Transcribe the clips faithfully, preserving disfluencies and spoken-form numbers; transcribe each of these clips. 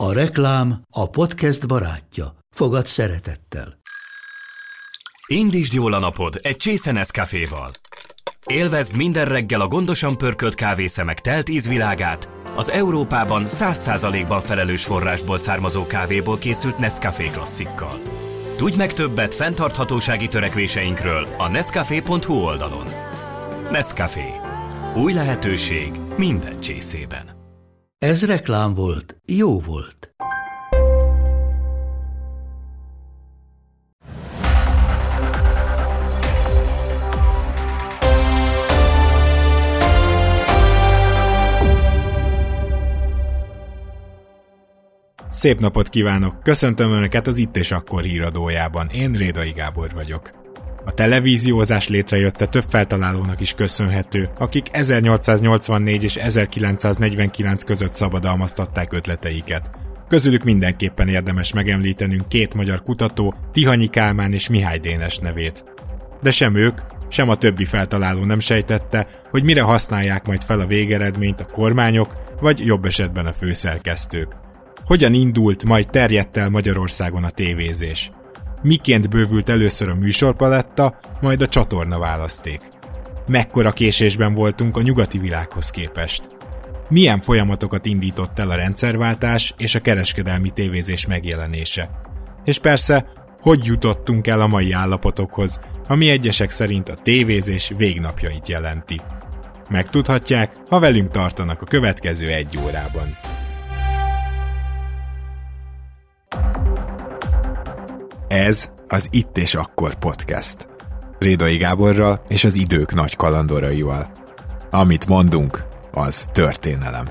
A reklám a podcast barátja. Fogad szeretettel. Indítsd jól a napod egy csésze Nescaféval. Élvezd minden reggel a gondosan pörkölt kávészemek telt ízvilágát, az Európában száz százalékban felelős forrásból származó kávéból készült Nescafé klasszikkal. Tudj meg többet fenntarthatósági törekvéseinkről a nescafé pont hu oldalon. Nescafé. Új lehetőség minden csészében. Ez reklám volt, jó volt. Szép napot kívánok! Köszöntöm Önöket az Itt és Akkor híradójában. Én Rédai Gábor vagyok. A televíziózás létrejötte több feltalálónak is köszönhető, akik ezernyolcszáznyolcvannégy és ezerkilencszáznegyvenkilenc között szabadalmaztatták ötleteiket. Közülük mindenképpen érdemes megemlítenünk két magyar kutató, Tihanyi Kálmán és Mihály Dénes nevét. De sem ők, sem a többi feltaláló nem sejtette, hogy mire használják majd fel a végeredményt a kormányok, vagy jobb esetben a főszerkesztők. Hogyan indult, majd terjedt el Magyarországon a tévézés? Miként bővült először a műsorpaletta, majd a csatornaválaszték? Mekkora késésben voltunk a nyugati világhoz képest? Milyen folyamatokat indított el a rendszerváltás és a kereskedelmi tévézés megjelenése? És persze, hogy jutottunk el a mai állapotokhoz, ami egyesek szerint a tévézés végnapjait jelenti? Megtudhatják, ha velünk tartanak a következő egy órában. Ez az Itt és Akkor podcast. Rédai Gáborral és az idők nagy kalandoraival. Amit mondunk, az történelem.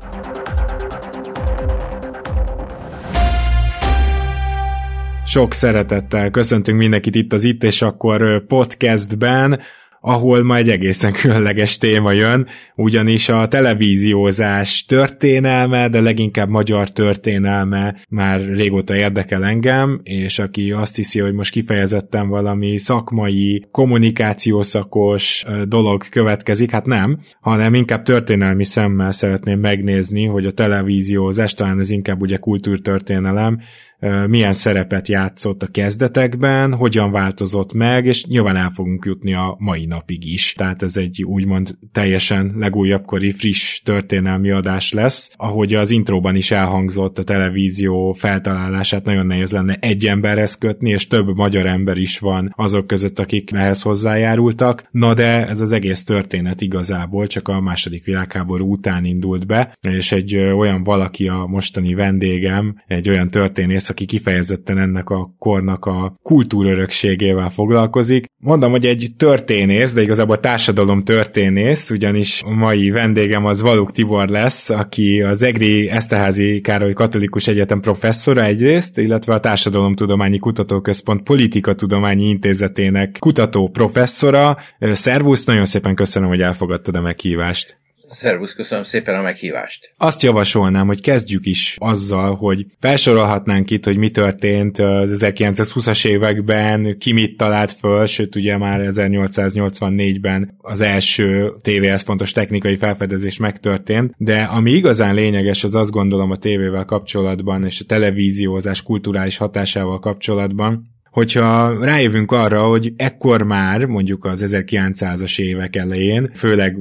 Sok szeretettel köszöntünk mindenkit itt az Itt és Akkor podcastben, ahol ma egy egészen különleges téma jön, ugyanis a televíziózás történelme, de leginkább magyar történelme már régóta érdekel engem, és aki azt hiszi, hogy most kifejezetten valami szakmai, kommunikációszakos dolog következik, hát nem, hanem inkább történelmi szemmel szeretném megnézni, hogy a televíziózás, talán ez inkább ugye kultúrtörténelem, milyen szerepet játszott a kezdetekben, hogyan változott meg, és nyilván el fogunk jutni a mai napig is. Tehát ez egy úgymond teljesen legújabbkori friss történelmi adás lesz. Ahogy az intróban is elhangzott, a televízió feltalálását nagyon nehéz lenne egy emberhez kötni, és több magyar ember is van azok között, akik ehhez hozzájárultak. Na de ez az egész történet igazából csak a második világháború után indult be, és egy olyan valaki a mostani vendégem, egy olyan történész, aki kifejezetten ennek a kornak a kultúrörökségével foglalkozik. Mondom, hogy egy történész, de igazából társadalom történész, ugyanis a mai vendégem az Valuk Tibor lesz, aki az Egri Eszterházy Károly Katolikus Egyetem professzora egyrészt, illetve a Társadalomtudományi Kutatóközpont Politikatudományi Intézetének kutató professzora. Szervusz, nagyon szépen köszönöm, hogy elfogadtad a meghívást. Szervusz, köszönöm szépen a meghívást. Azt javasolnám, hogy kezdjük is azzal, hogy felsorolhatnánk itt, hogy mi történt az ezerkilencszázhúszas években, ki mit talált föl, sőt ugye már ezernyolcszáznyolcvannégyben az első tévéhez fontos technikai felfedezés megtörtént, de ami igazán lényeges, az azt gondolom a tévével kapcsolatban és a televíziózás kulturális hatásával kapcsolatban, hogyha rájövünk arra, hogy ekkor már, mondjuk az ezerkilencszázas évek elején, főleg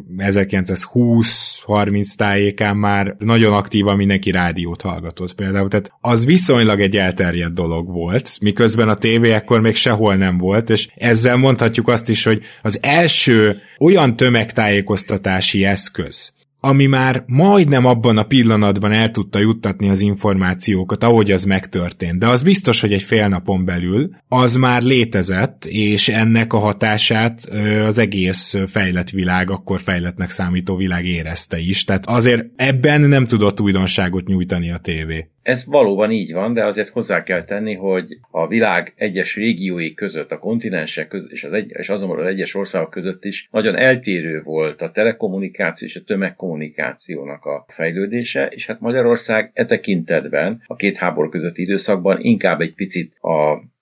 ezerkilencszázhúsz-harminc tájékán már nagyon aktívan mindenki rádiót hallgatott például, tehát az viszonylag egy elterjedt dolog volt, miközben a tévé ekkor még sehol nem volt, és ezzel mondhatjuk azt is, hogy az első olyan tömegtájékoztatási eszköz, ami már majdnem abban a pillanatban el tudta juttatni az információkat, ahogy az megtörtént. De az biztos, hogy egy fél napon belül az már létezett, és ennek a hatását az egész fejlett világ, akkor fejlettnek számító világ érezte is. Tehát azért ebben nem tudott újdonságot nyújtani a tévé. Ez valóban így van, de azért hozzá kell tenni, hogy a világ egyes régiói között, a kontinensek között és, az egy, és azonban az egyes országok között is nagyon eltérő volt a telekommunikáció és a tömegkommunikációnak a fejlődése, és hát Magyarország e tekintetben a két háború közötti időszakban inkább egy picit a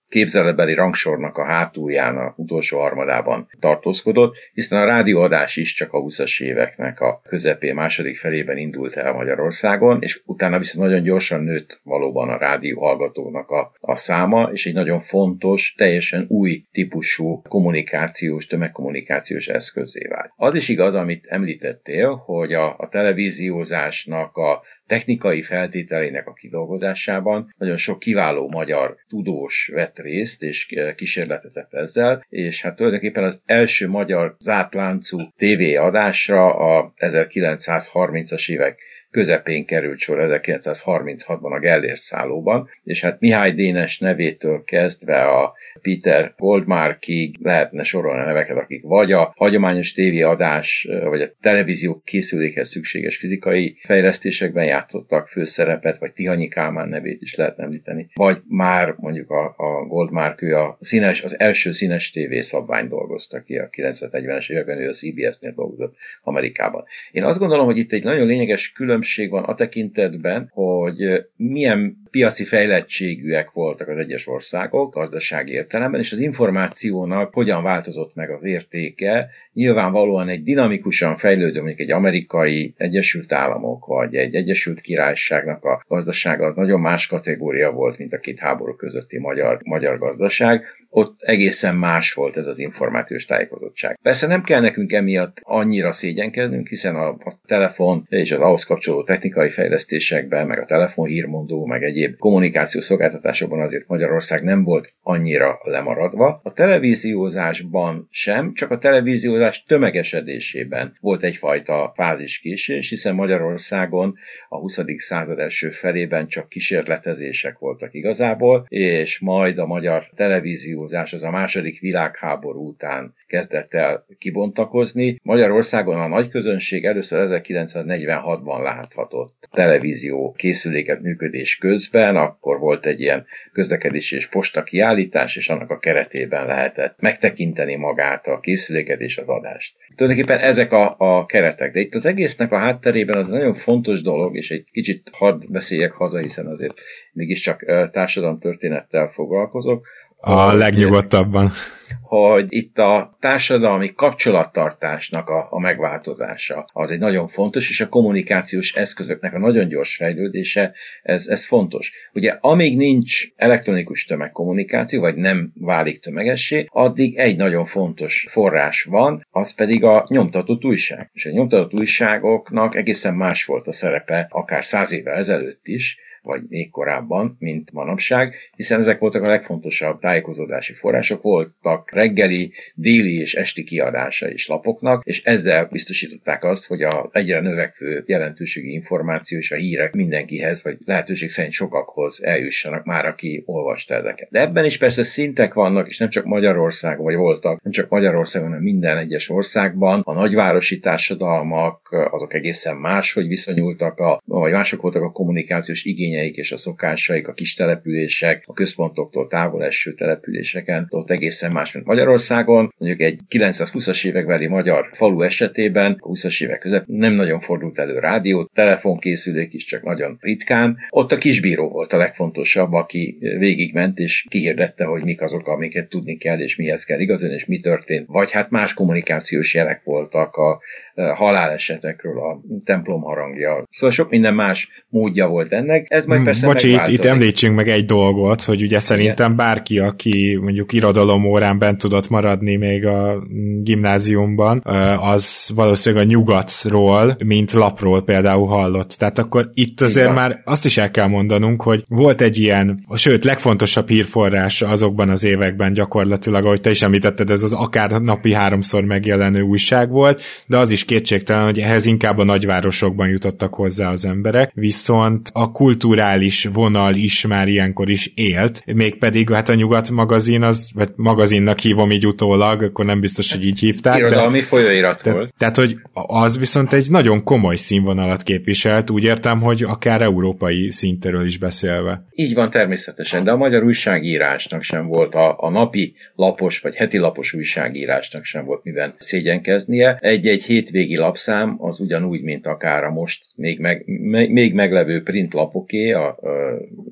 képzeletbeli rangsornak a hátulján, a utolsó harmadában tartózkodott, hiszen a rádióadás is csak a huszas éveknek a közepén, második felében indult el Magyarországon, és utána viszont nagyon gyorsan nőtt valóban a rádióhallgatóknak a, a száma, és egy nagyon fontos, teljesen új típusú kommunikációs, tömegkommunikációs eszközzé vált. Az is igaz, amit említettél, hogy a, a televíziózásnak a technikai feltételeinek a kidolgozásában nagyon sok kiváló magyar tudós vett részt és kísérletezett ezzel, és hát tulajdonképpen az első magyar zártláncú tévéadásra a ezerkilencszázharmincas évek közepén került sor ezerkilencszázharminchatban a Gellért szállóban, és hát Mihály Dénes nevétől kezdve a Peter Goldmarkig lehetne sorolni a neveket, akik vagy a hagyományos tévéadás, vagy a televízió készülékhez szükséges fizikai fejlesztésekben játszottak főszerepet, vagy Tihanyi Kálmán nevét is lehet említeni, vagy már mondjuk a, a Goldmark, ő a színes, az első színes tévé szabványt dolgozta ki a kilencvenegyvenes években, ő a cé bé es-nél dolgozott Amerikában. Én azt gondolom, hogy itt egy nagyon lényeges különbség van a tekintetben, hogy milyen piaci fejlettségűek voltak az egyes országok gazdasági értelemben, és az információnak hogyan változott meg az értéke. Nyilvánvalóan egy dinamikusan fejlődő, mondjuk egy amerikai Egyesült Államok, vagy egy Egyesült Királyságnak a gazdasága az nagyon más kategória volt, mint a két háború közötti magyar, magyar gazdaság. Ott egészen más volt ez az információs tájékozottság. Persze nem kell nekünk emiatt annyira szégyenkeznünk, hiszen a, a telefon és az ahhoz kapcsolódó technikai fejlesztésekben, meg a telefonhírmondó, meg egyéb kommunikációs szolgáltatásokban azért Magyarország nem volt annyira lemaradva. A televíziózásban sem, csak a televíziózás tömegesedésében volt egyfajta fáziskésés, hiszen Magyarországon a huszadik század első felében csak kísérletezések voltak igazából, és majd a magyar televízió az a második világháború után kezdett el kibontakozni. Magyarországon a nagy közönség először ezerkilencszáznegyvenhatban láthatott televízió készüléket működés közben, akkor volt egy ilyen közlekedési és posta kiállítás, és annak a keretében lehetett megtekinteni magát a készüléket és az adást. Tulajdonképpen ezek a, a keretek, de itt az egésznek a hátterében az nagyon fontos dolog, és egy kicsit hadd beszéljek haza, hiszen azért mégiscsak társadalomtörténettel foglalkozok, a legnyugodtabban. Hogy itt a társadalmi kapcsolattartásnak a, a megváltozása az egy nagyon fontos, és a kommunikációs eszközöknek a nagyon gyors fejlődése, ez, ez fontos. Ugye amíg nincs elektronikus tömegkommunikáció, vagy nem válik tömegessé, addig egy nagyon fontos forrás van, az pedig a nyomtatott újság. És a nyomtatott újságoknak egészen más volt a szerepe, akár száz évvel ezelőtt is, vagy még korábban, mint manapság, hiszen ezek voltak a legfontosabb tájékozódási források, voltak reggeli, déli és esti kiadása is lapoknak, és ezzel biztosították azt, hogy a egyre növekvő jelentőségű információ és a hírek mindenkihez, vagy lehetőség szerint sokakhoz eljussanak már, aki olvasta ezeket. De ebben is persze szintek vannak, és nem csak Magyarországon, vagy voltak, nem csak Magyarországon, hanem minden egyes országban. A nagyvárosi társadalmak, azok egészen máshogy viszonyultak, a, vagy mások voltak a kommunikációs igények, és a szokásaik, a kis települések, a központoktól távol eső településeken, ott egészen más, mint Magyarországon. Mondjuk egy kilencszázhúszas évekbeli magyar falu esetében, a húszas évek között nem nagyon fordult elő rádió, telefonkészülék is csak nagyon ritkán. Ott a kisbíró volt a legfontosabb, aki végigment és kihirdette, hogy mik azok, amiket tudni kell, és mihez kell igazolni, és mi történt. Vagy hát más kommunikációs jelek voltak a halálesetekről, a templom harangja. Szóval sok minden más módja volt ennek. Ez majd persze Bocsi, itt, itt említsünk meg egy dolgot, hogy ugye szerintem igen, bárki, aki mondjuk irodalom órán bent tudott maradni még a gimnáziumban, az valószínűleg a nyugatról, mint lapról például hallott. Tehát akkor itt azért igen, már azt is el kell mondanunk, hogy volt egy ilyen, sőt, legfontosabb hírforrás azokban az években gyakorlatilag, ahogy te is említetted, ez az akár napi háromszor megjelenő újság volt, de az is kétségtelen, hogy ehhez inkább a nagyvárosokban jutottak hozzá az emberek, viszont a kulturális vonal is már ilyenkor is élt, mégpedig hát a Nyugat magazin, az, vagy magazinnak hívom így utólag, akkor nem biztos, hogy így hívták. Irodalmi folyóirat te, volt. Tehát, hogy az viszont egy nagyon komoly színvonalat képviselt, úgy értem, hogy akár európai szintéről is beszélve. Így van természetesen, de a magyar újságírásnak sem volt, a, a napi lapos vagy heti lapos újságírásnak sem volt miben szégyenkeznie. Egy-egy hétvégi lapszám az ugyanúgy, mint akár a most még, meg, még meglevő printlapok, a, a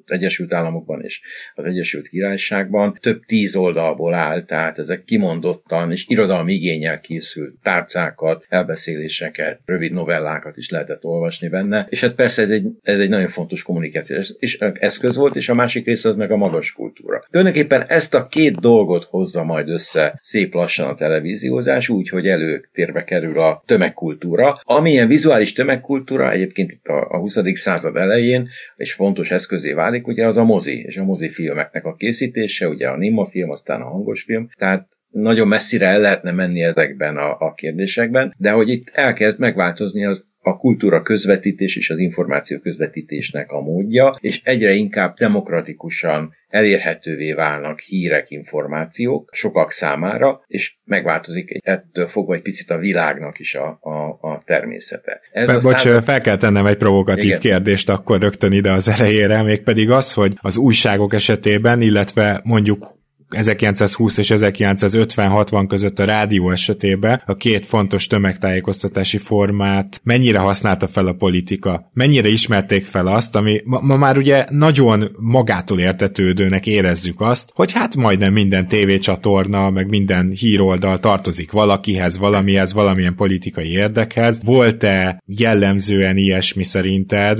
Egyesült Államokban és az Egyesült Királyságban több tíz oldalból áll, tehát ezek kimondottan és irodalmi igénnyel készült tárcákat, elbeszéléseket, rövid novellákat is lehetett olvasni benne, és hát persze ez egy, ez egy nagyon fontos kommunikációs és eszköz volt, és a másik része az meg a magas kultúra. Tulajdonképpen ezt a két dolgot hozza majd össze szép lassan a televíziózás, úgy, hogy előtérbe kerül a tömegkultúra. Amilyen vizuális tömegkultúra egyébként itt a, a huszadik század elején, és fontos eszközé válik, ugye az a mozi, és a mozifilmeknek a készítése, ugye a Néma film, aztán a hangos film, tehát nagyon messzire el lehetne menni ezekben a, a kérdésekben, de hogy itt elkezd megváltozni az a kultúra közvetítés és az információ közvetítésnek a módja, és egyre inkább demokratikusan elérhetővé válnak hírek, információk sokak számára, és megváltozik ettől fogva egy picit a világnak is a, a, a természete. Ez Fel, a bocs, század... fel kell tennem egy provokatív Igen. kérdést akkor rögtön ide az elejére, mégpedig az, hogy az újságok esetében, illetve mondjuk ezerkilencszázhúsz és ezerkilencszázötven-hatvan között a rádió esetében a két fontos tömegtájékoztatási formát mennyire használta fel a politika? Mennyire ismerték fel azt, ami ma, ma már ugye nagyon magától értetődőnek érezzük azt, hogy hát majdnem minden tévécsatorna, meg minden híroldal tartozik valakihez, valamihez, valamilyen politikai érdekhez. Volt-e jellemzően ilyesmi szerinted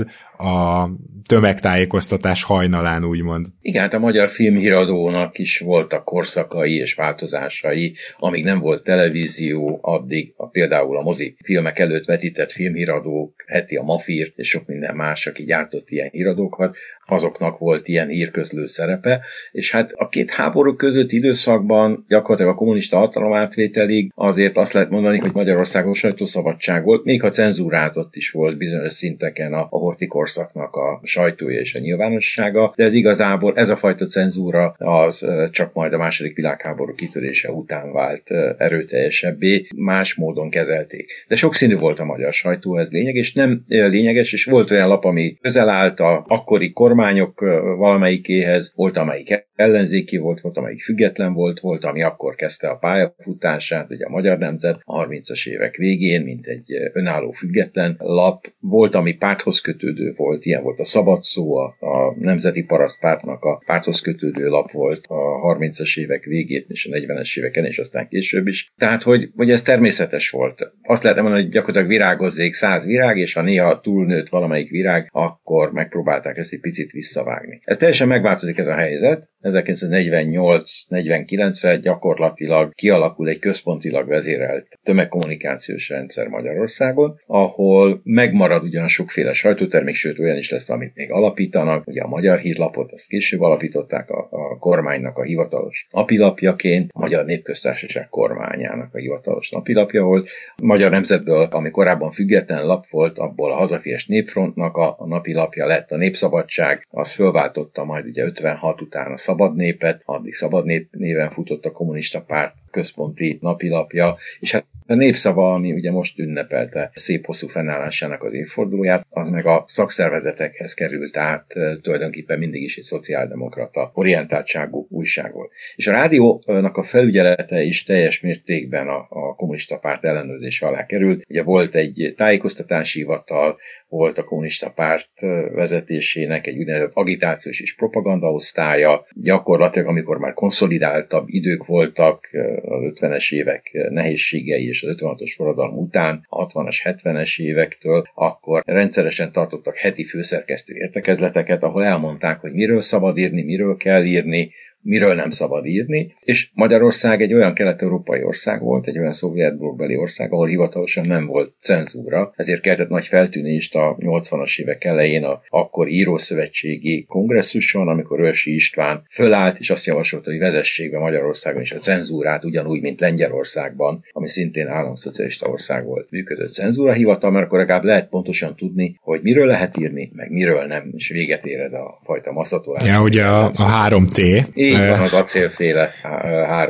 a tömegtájékoztatás hajnalán, úgymond? Igen, hát a magyar filmhíradónak is voltak korszakai és változásai, amíg nem volt televízió, addig a, például a mozi filmek előtt vetített filmhíradók, heti a Mafír és sok minden más, aki gyártott ilyen híradókat, azoknak volt ilyen hírközlő szerepe, és hát a két háború közötti időszakban gyakorlatilag a kommunista hatalomátvételig azért azt lehet mondani, hogy Magyarországon sajtószabadság volt, még ha cenzúrázott is volt bizonyos szinteken a, a Horthy korszaknak a sajtója és a nyilvánossága, de ez igazából ez a fajta cenzúra az csak majd a második világháború kitörése után vált erőteljesebbé, más módon kezelték. De sokszínű volt a magyar sajtó, ez lényeg, és nem lényeges, és volt olyan lap, ami közel állt a akkori kormányok valamelyikéhez, volt amelyik ellenzéki volt, volt amelyik független volt, volt ami akkor kezdte a pályafutását, ugye a Magyar Nemzet a harmincas évek végén, mint egy önálló független lap, volt ami párthoz kötődő volt, ilyen volt a Szabad Szó, a, a Nemzeti Parasztpártnak a párthoz kötődő lap volt a harmincas évek végén és a negyvenes éveken, és aztán később is. Tehát, hogy, hogy ez természetes volt. Azt lehetne mondani, hogy gyakorlatilag virágozzék száz virág, és ha néha túlnőtt valamelyik virág, akkor megpróbálták ezt egy picit visszavágni. Ez teljesen megváltozik ez a helyzet. ezerkilencszáznegyvennyolc negyvenkilencre gyakorlatilag kialakul egy központilag vezérelt tömegkommunikációs rendszer Magyarországon, ahol megmarad ugyan sokféle sajtótermék, sőt olyan is lesz, amit még alapítanak. Ugye a Magyar Hírlapot, azt később alapították a, a kormánynak a hivatalos napilapjaként, a Magyar Népköztársaság kormányának a hivatalos napilapja volt. A Magyar Nemzetből, ami korábban független lap volt, abból a Hazafias Népfrontnak a, a napilapja lett a Népszabadság, az fölváltotta majd ugye ötvenhat után a Szabad Népet, addig Szabad Nép néven futott a kommunista párt központi napilapja, és hát a Népszava, ami ugye most ünnepelte szép hosszú fennállásának az évfordulóját, az meg a szakszervezetekhez került át, tulajdonképpen mindig is egy szociáldemokrata orientáltságú újság volt. És a rádiónak a felügyelete is teljes mértékben a, a kommunista párt ellenőrzése alá került. Ugye volt egy tájékoztatási hivatal, volt a kommunista párt vezetésének egy úgynevezett agitációs és propagandaosztálya. Gyakorlatilag, amikor már konszolidáltabb idők voltak, az ötvenes évek nehézségei és az ötvenhatos forradalom után, a hatvanas, hetvenes évektől, akkor rendszeresen tartottak heti főszerkesztő értekezleteket, ahol elmondták, hogy miről szabad írni, miről kell írni, miről nem szabad írni, és Magyarország egy olyan kelet-európai ország volt, egy olyan szovjetblokkbeli ország, ahol hivatalosan nem volt cenzúra, ezért keltett nagy feltűnést a nyolcvanas évek elején a akkor írószövetségi kongresszuson, amikor Őrsi István fölállt, és azt javasolta, hogy vezessék be Magyarországon is a cenzúrát, ugyanúgy, mint Lengyelországban, ami szintén államszocialista ország volt, működött cenzúrahivatal, mert akkor legalább lehet pontosan tudni, hogy miről lehet írni, meg miről nem, és véget ér ez a fajta maszatolás. Ja, ugye a, a három té. Így van, az acélféle hármas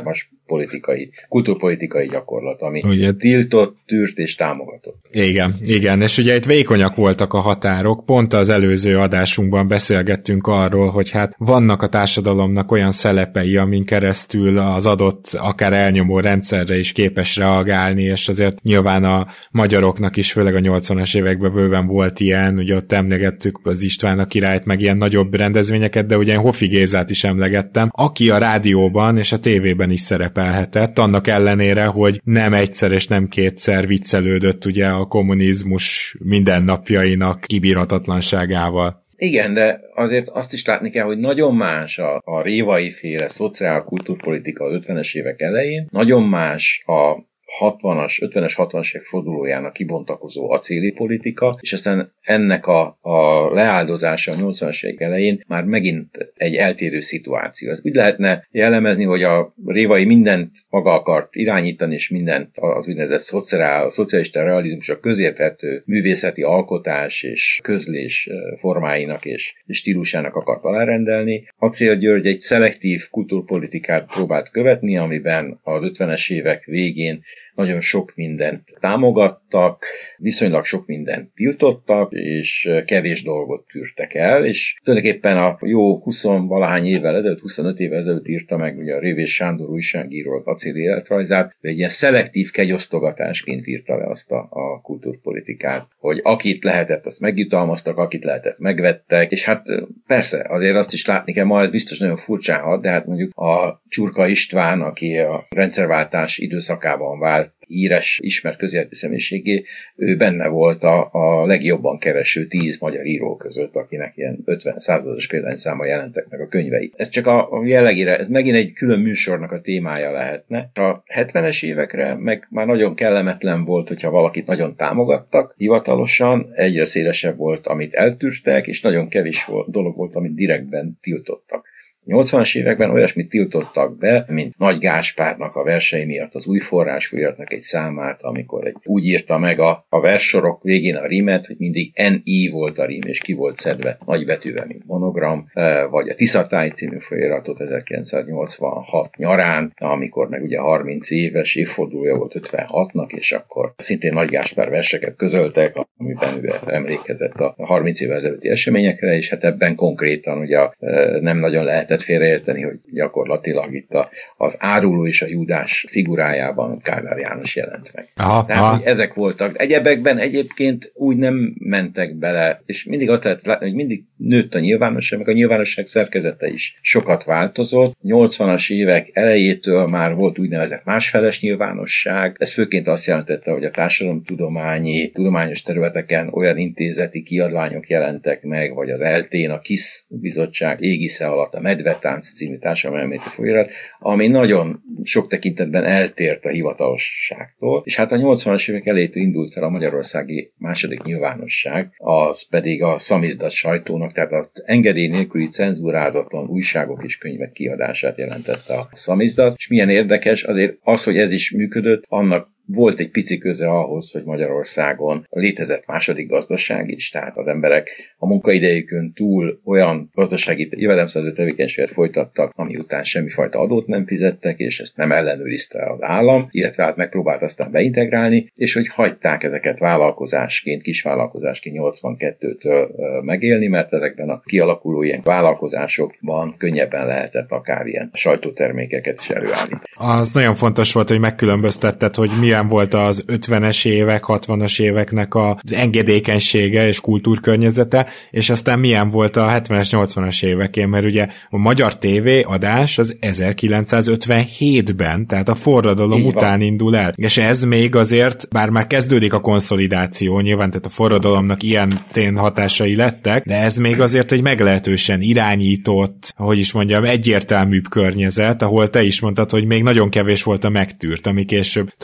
politikai, kultúrpolitikai gyakorlat, ami ugye, tiltott, tűrt és támogatott. Igen, igen, és ugye itt vékonyak voltak a határok, pont az előző adásunkban beszélgettünk arról, hogy hát vannak a társadalomnak olyan szelepei, amin keresztül az adott, akár elnyomó rendszerre is képes reagálni, és azért nyilván a magyaroknak is, főleg a nyolcvanas években bőven volt ilyen, ugye ott emlegettük az István a királyt, meg ilyen nagyobb rendezvényeket, de ugye én Hofi Gézát is emlegettem, aki a rádióban és a tévében is szerepelhetett, annak ellenére, hogy nem egyszer és nem kétszer viccelődött ugye a kommunizmus mindennapjainak kibírhatatlanságával. Igen, de azért azt is látni kell, hogy nagyon más a, a révai féle szociál kultúrpolitika az ötvenes évek elején, nagyon más a hatvanas, ötvenes, hatvanas évek fordulójának kibontakozó acéli politika, és aztán ennek a, a leáldozása a nyolcvanas évek elején már megint egy eltérő szituáció. Úgy lehetne jellemezni, hogy a révai mindent maga akart irányítani, és mindent az úgynevezett szociál, a szocialista realizmus, a közérthető művészeti alkotás és közlés formáinak és, és stílusának akart alárendelni. Acél György egy szelektív kultúrpolitikát próbált követni, amiben az ötvenes évek végén nagyon sok mindent támogattak, viszonylag sok mindent tiltottak, és kevés dolgot tűrtek el, és tulajdonképpen a jó húsz-valahány évvel ezelőtt, huszonöt évvel ezelőtt írta meg ugye a Révés Sándor újságíró az acéli életrajzát, hogy egy ilyen szelektív kegyosztogatásként írta le azt a, a kultúrpolitikát, hogy akit lehetett, azt megjutalmaztak, akit lehetett, megvettek, és hát persze, azért azt is látni kell, ma ez biztos nagyon furcsán hat, de hát mondjuk a Csurka István, aki a rendszerváltás időszakában vált híres, ismert közéleti személyiségé, ő benne volt a, a legjobban kereső tíz magyar író között, akinek ilyen ötven százados példányszáma jelentek meg a könyvei. Ez csak a, a jellegére, ez megint egy külön műsornak a témája lehetne. A hetvenes évekre meg már nagyon kellemetlen volt, hogyha valakit nagyon támogattak hivatalosan, egyre szélesebb volt, amit eltűrtek, és nagyon kevés volt, dolog volt, amit direktben tiltottak. nyolcvanas években olyasmit tiltottak be, mint Nagy Gáspárnak a versei miatt az új forrásfolyamatnak egy számát, amikor egy, úgy írta meg a, a verssorok végén a rímet, hogy mindig en i volt a rím, és ki volt szedve nagybetűvel, mint monogram, vagy a Tiszatáj című folyóiratot ezerkilencszáznyolcvanhat nyarán, amikor meg ugye harminc éves évfordulója volt ötvenhatnak, és akkor szintén Nagy Gáspár verseket közöltek, amiben ő emlékezett a harminc évvel ezelőtti eseményekre, és hát ebben konkrétan ugye nem nagyon lehetett félreérteni, hogy gyakorlatilag itt a, az áruló és a Júdás figurájában Kádár János jelent meg. Aha, Tehát, aha. hogy ezek voltak. Egyebekben egyébként úgy nem mentek bele, és mindig azt lehet látni, hogy mindig nőtt a nyilvánosság, meg a nyilvánosság szerkezete is sokat változott. nyolcvanas évek elejétől már volt úgynevezett másfeles nyilvánosság. Ez főként azt jelentette, hogy a társadalomtudományi, tudományos területeken olyan intézeti kiadványok jelentek meg, vagy az eltén, a KISZ bizottság égisze alatt a Medvetánc című társadalomelméleti folyóirat, ami nagyon sok tekintetben eltért a hivatalosságtól, és hát a nyolcvanas évek elejétől indult el a magyarországi második nyilvánosság, az pedig a szamizdat sajtónak, tehát az engedély nélküli cenzúrázatlan újságok és könyvek kiadását jelentette a szamizdat, és milyen érdekes, azért az, hogy ez is működött, annak volt egy pici köze ahhoz, hogy Magyarországon létezett második gazdaság is, tehát az emberek a munkaidejükön túl olyan gazdasági jövedelemszerző tevékenységet folytattak, ami után semmifajta adót nem fizettek, és ezt nem ellenőrizte az állam, illetve hát megpróbált aztán beintegrálni, és hogy hagyták ezeket vállalkozásként, kisvállalkozásként nyolcvankettőtől megélni, mert ezekben a kialakuló ilyen vállalkozásokban könnyebben lehetett akár ilyen sajtótermékeket is előállítani. Az nagyon fontos volt, hogy megkülönböztetted, hogy milyen volt az ötvenes évek, hatvanas éveknek az engedékenysége és kultúrkörnyezete, és aztán milyen volt a hetvenes, nyolcvanas évekén, mert ugye a magyar tévé adás az ezerkilencszázötvenhétben, tehát a forradalom után indul el. És ez még azért, bár már kezdődik a konszolidáció, nyilván tehát a forradalomnak ilyen tén hatásai lettek, de ez még azért egy meglehetősen irányított, hogy is mondjam, egyértelműbb környezet, ahol te is mondtad, hogy még nagyon kevés volt a megtűrt, ami később több lett. Tehát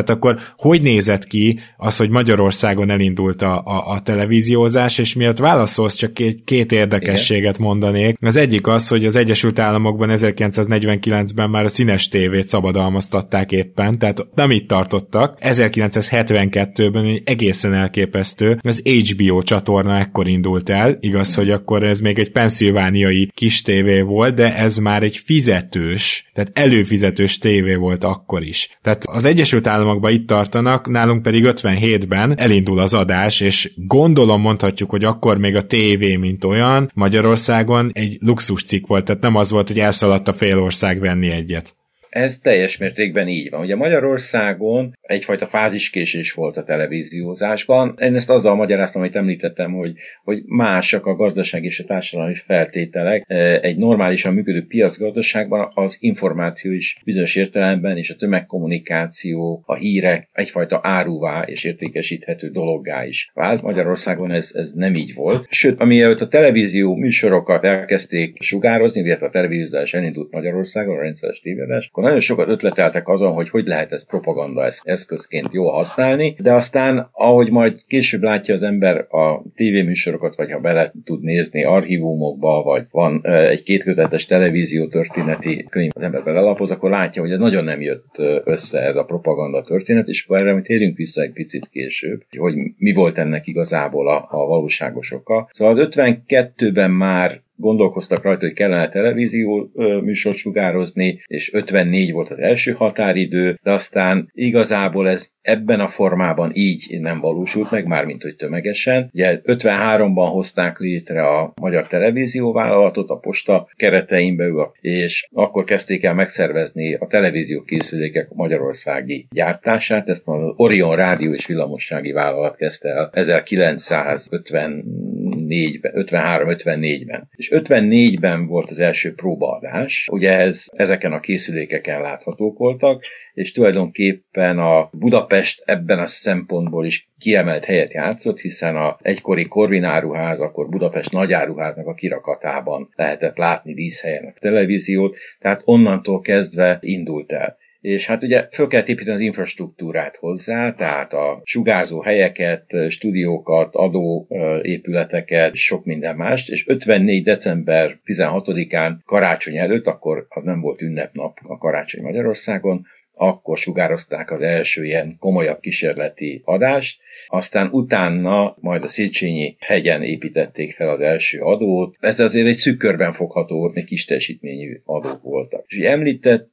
Tehát akkor hogy nézett ki az, hogy Magyarországon elindult a, a, a televíziózás, és miatt válaszolsz, csak két, két érdekességet Igen. mondanék. Az egyik az, hogy az Egyesült Államokban ezerkilencszáznegyvenkilencben már a színes tévét szabadalmaztatták éppen, tehát nem itt tartottak. ezerkilencszázhetvenkettőben egy egészen elképesztő, az há bé o csatorna ekkor indult el, igaz, hogy akkor ez még egy penszilvániai kis tévé volt, de ez már egy fizetős, tehát előfizetős tévé volt akkor is. Tehát az Egyesült Államokban itt tartanak, nálunk pedig ötvenhétben elindul az adás, és gondolom mondhatjuk, hogy akkor még a tévé, mint olyan, Magyarországon egy luxuscikk volt, tehát nem az volt, hogy elszaladt a fél ország venni egyet. Ez teljes mértékben így van. Ugye Magyarországon egyfajta fáziskésés volt a televíziózásban. Én ezt azzal magyaráztam, amit említettem, hogy, hogy másak a gazdaság és a társadalmi feltételek. Egy normálisan működő piacgazdaságban az információ is bizonyos értelemben, és a tömegkommunikáció, a hírek egyfajta áruvá és értékesíthető dologgá is vált. Magyarországon ez, ez nem így volt. Sőt, amielőtt a televízió műsorokat elkezdték sugározni, illetve a televíziózás elindult Magyarországon, a rendszeres tévéadás, nagyon sokat ötleteltek azon, hogy hogy lehet ezt propaganda eszközként jól használni, de aztán, ahogy majd később látja az ember a tévéműsorokat, vagy ha bele tud nézni archívumokba, vagy van egy kétkötetes televízió történeti könyv, az ember belelapoz, akkor látja, hogy ez nagyon nem jött össze ez a propaganda történet, és akkor erre térjünk vissza egy picit később, hogy mi volt ennek igazából a, a valóságos oka. Szóval az ötvenkettőben már gondolkoztak rajta, hogy kellene televízió műsort sugározni, és ötvennégy volt az első határidő, de aztán igazából ez ebben a formában így nem valósult meg, mármint hogy tömegesen. Ugye ötvenháromban hozták létre a Magyar Televízióvállalatot a posta keretein belül, és akkor kezdték el megszervezni a televízió készülékek magyarországi gyártását. Ezt az Orion Rádió és Villamossági Vállalat kezdte el ezerkilencszázötvennégyben, ötvenhárom ötvennégyben. És ötvennégyben volt az első próbaadás, ugye ez, ezeken a készülékeken láthatók voltak, és tulajdonképpen a Budapest ebben a szempontból is kiemelt helyet játszott, hiszen az egykori Corvin áruház, akkor Budapest nagyáruháznak a kirakatában lehetett látni díszhelyen a televíziót, tehát onnantól kezdve indult el. És hát ugye föl kell építeni az infrastruktúrát hozzá, tehát a sugárzó helyeket, stúdiókat, adóépületeket, sok minden mást, és ötvennégy december tizenhatodikán karácsony előtt, akkor az nem volt ünnepnap a karácsony Magyarországon, akkor sugározták az első ilyen komolyabb kísérleti adást, aztán utána majd a Széchenyi hegyen építették fel az első adót. Ez azért egy szűk körben fogható, még kis teljesítményű adók voltak. És említett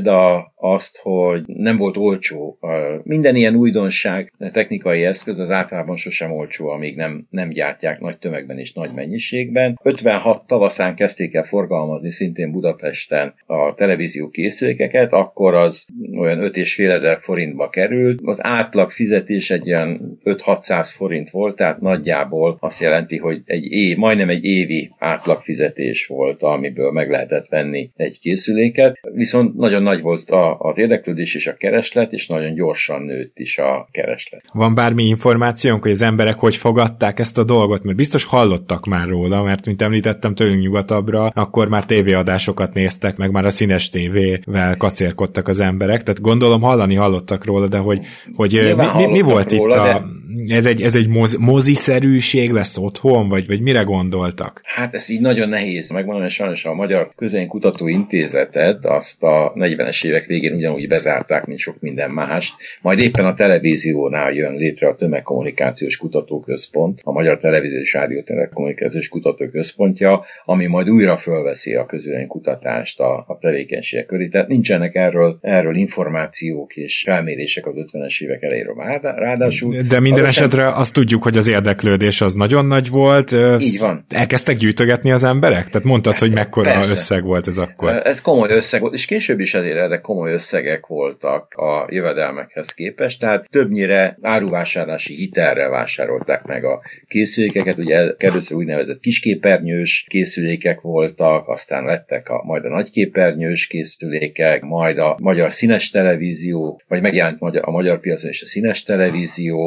A, azt, hogy nem volt olcsó. Minden ilyen újdonság, technikai eszköz az általában sosem olcsó, amíg nem, nem gyártják nagy tömegben és nagy mennyiségben. ötvenhat tavaszán kezdték el forgalmazni szintén Budapesten a televízió készülékeket, akkor az olyan öt és fél ezer forintba került. Az átlag fizetés egy ilyen öt-hatszáz forint volt, tehát nagyjából azt jelenti, hogy egy év, majdnem egy évi átlag fizetés volt, amiből meg lehetett venni egy készüléket. Viszont nagyon nagy volt a, az érdeklődés és a kereslet, és nagyon gyorsan nőtt is a kereslet. Van bármi információnk, hogy az emberek hogy fogadták ezt a dolgot? Mert biztos hallottak már róla, mert mint említettem, tőlünk nyugatabbra, akkor már tévéadásokat néztek, meg már a színes tévével kacérkodtak az emberek, tehát gondolom hallani hallottak róla, de hogy, hogy mi, mi, mi volt róla, itt a... De... Ez egy, ez egy moz, moziszerűség lesz otthon, vagy, vagy mire gondoltak? Hát ez így nagyon nehéz megmondani, sajnos a Magyar Közvéleménykutató Intézetet azt a negyvenes évek végén ugyanúgy bezárták, mint sok minden mást. Majd éppen a televíziónál jön létre a Tömegkommunikációs Kutatóközpont, a Magyar Televíziós és Rádió Telekommunikációs Kutatóközpontja, ami majd újra fölveszi a közvéleménykutatást a, a tevékenységek köré. Tehát nincsenek erről, erről információk és felmérések az ötvenes évek elejéről. Ráadásul... De minden esetre azt tudjuk, hogy az érdeklődés az nagyon nagy volt. Így van. Elkezdtek gyűjtögetni az emberek? Tehát mondtad, hogy mekkora Persze. összeg volt ez akkor. Ez komoly összeg volt, és később is azért ezek komoly összegek voltak a jövedelmekhez képest, tehát többnyire áruvásárlási hitelre vásárolták meg a készülékeket, ugye először úgynevezett kisképernyős készülékek voltak, aztán lettek a, majd a nagyképernyős készülékek, majd a magyar színes televízió, vagy megjelent a magyar piacon is a színes televízió, a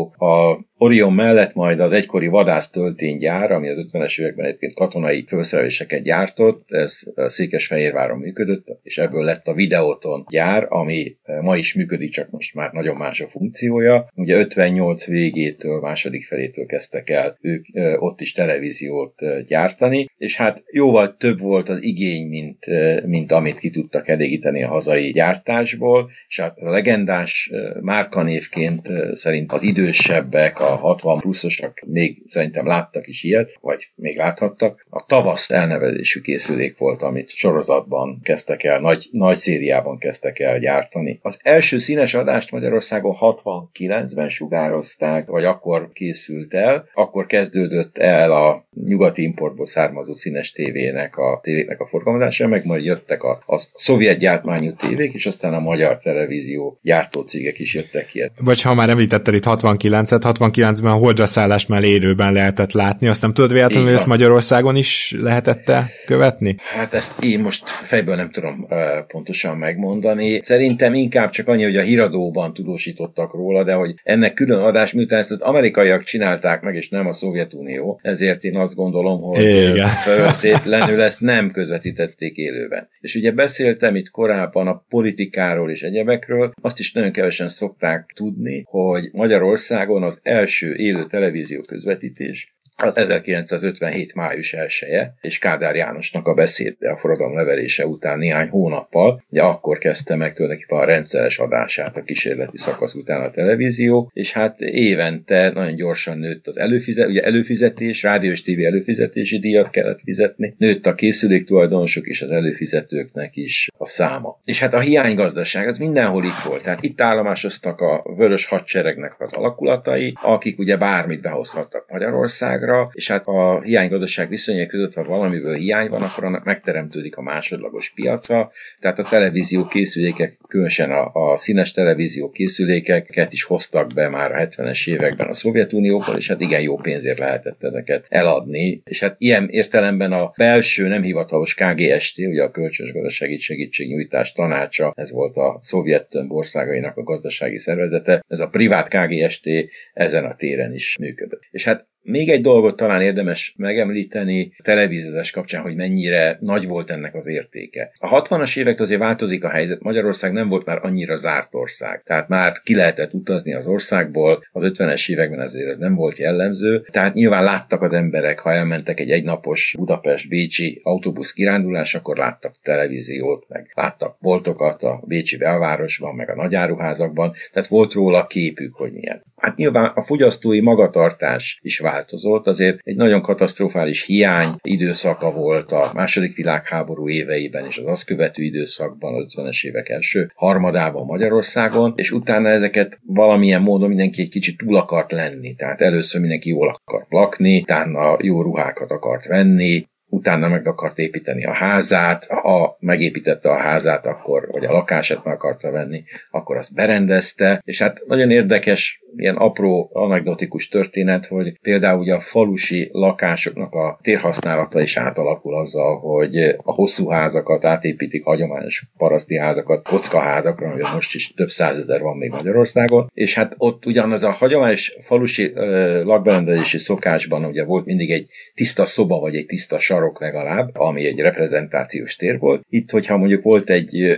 A Orion mellett majd az egykori vadásztölténygyár, ami az ötvenes években egyébként katonai felszereléseket gyártott, ez Székesfehérváron működött, és ebből lett a Videoton gyár, ami ma is működik, csak most már nagyon más a funkciója. Ugye ötvennyolc végétől, második felétől kezdtek el ők ott is televíziót gyártani, és hát jóval több volt az igény, mint, mint amit ki tudtak elégíteni a hazai gyártásból, és hát a legendás márkanévként szerint az idősebbek, a hatvan pluszosak még szerintem láttak is ilyet, vagy még láthattak. A Tavasz elnevezésű készülék volt, amit sorozatban kezdtek el, nagy, nagy szériában kezdtek el gyártani. Az első színes adást Magyarországon hatvankilencben sugározták, vagy akkor készült el, akkor kezdődött el a nyugati importból származó színes tévének a tévéknek a forgalmazása, meg majd jöttek a, a szovjet gyártmányú tévék, és aztán a magyar televízió gyártócégek is jöttek ki. Vagy ha már említetted itt hatvankilencet, hatvankilencben a Holdra szállást már élőben lehetett látni, azt nem tudod véletlenül, hogy ezt Magyarországon is lehetett követni? Hát ezt én most fejből nem tudom uh, pontosan megmondani. Szerintem inkább csak annyi, hogy a híradóban tudósítottak róla, de hogy ennek külön adás, miután ezt az amerikaiak csinálták meg, és nem a Szovjetunió, ezért én azt gondolom, hogy feltétlenül ezt nem közvetítették élőben. És ugye beszéltem itt korábban a politikáról és egyebekről, azt is nagyon kevesen szokták tudni, hogy Magyarországon az első élő televízió közvetítés az ezerkilencszázötvenhét május elseje, és Kádár Jánosnak a beszéde a forradalom leverése után néhány hónappal, ugye akkor kezdte meg tulajdonképpen a rendszeres adását a kísérleti szakasz után a televízió, és hát évente nagyon gyorsan nőtt az előfizet, ugye előfizetés, rádió és tévé előfizetési díjat kellett fizetni, nőtt a készülék tulajdonosok és az előfizetőknek is a száma. És hát a hiánygazdaság az mindenhol itt volt, tehát itt állomásoztak a vörös hadseregnek az alakulatai, akik ugye bármit behozhattak Magyarországra, és hát a hiánygazdaság viszonyai között, ha valamiből hiány van, akkor annak megteremtődik a másodlagos piaca, tehát a televízió készülékek, különösen a, a színes televízió készülékeket is hoztak be már a hetvenes években a Szovjetunióból, és hát igen jó pénzért lehetett ezeket eladni, és hát ilyen értelemben a belső nem hivatalos ká gé es té, ugye a kölcsönös gazdasági segítségnyújtás tanácsa, ez volt a szovjet tömb országainak a gazdasági szervezete, ez a privát ká gé es té ezen a téren is működött. És hát még egy dolgot talán érdemes megemlíteni a televíziózás kapcsán, hogy mennyire nagy volt ennek az értéke. A hatvanas évek azért változik a helyzet, Magyarország nem volt már annyira zárt ország, tehát már ki lehetett utazni az országból, az ötvenes években azért ez nem volt jellemző, tehát nyilván láttak az emberek, ha elmentek egy egynapos Budapest-Bécsi autóbusz kirándulás, akkor láttak televíziót, meg láttak boltokat a bécsi belvárosban, meg a nagyáruházakban, tehát volt róla képük, hogy milyen. Hát nyilván a fogyasztói magatartás is változott, azért egy nagyon katasztrofális hiány időszaka volt a második világháború éveiben és az azt követő időszakban, az ötvenes évek első harmadában Magyarországon, és utána ezeket valamilyen módon mindenki egy kicsit túl akart lenni, tehát először mindenki jól akart lakni, utána jó ruhákat akart venni, utána meg akart építeni a házát, ha megépítette a házát, akkor, vagy a lakását meg akarta venni, akkor azt berendezte, és hát nagyon érdekes, ilyen apró anekdotikus történet, hogy például ugye a falusi lakásoknak a térhasználata is átalakul azzal, hogy a hosszú házakat átépítik, hagyományos paraszti házakat, kockaházakra, ami most is több százezer van még Magyarországon, és hát ott ugyanaz a hagyományos falusi ö, lakberendezési szokásban ugye volt mindig egy tiszta szoba, vagy egy tiszta sarok legalább, ami egy reprezentációs tér volt. Itt, hogyha mondjuk volt egy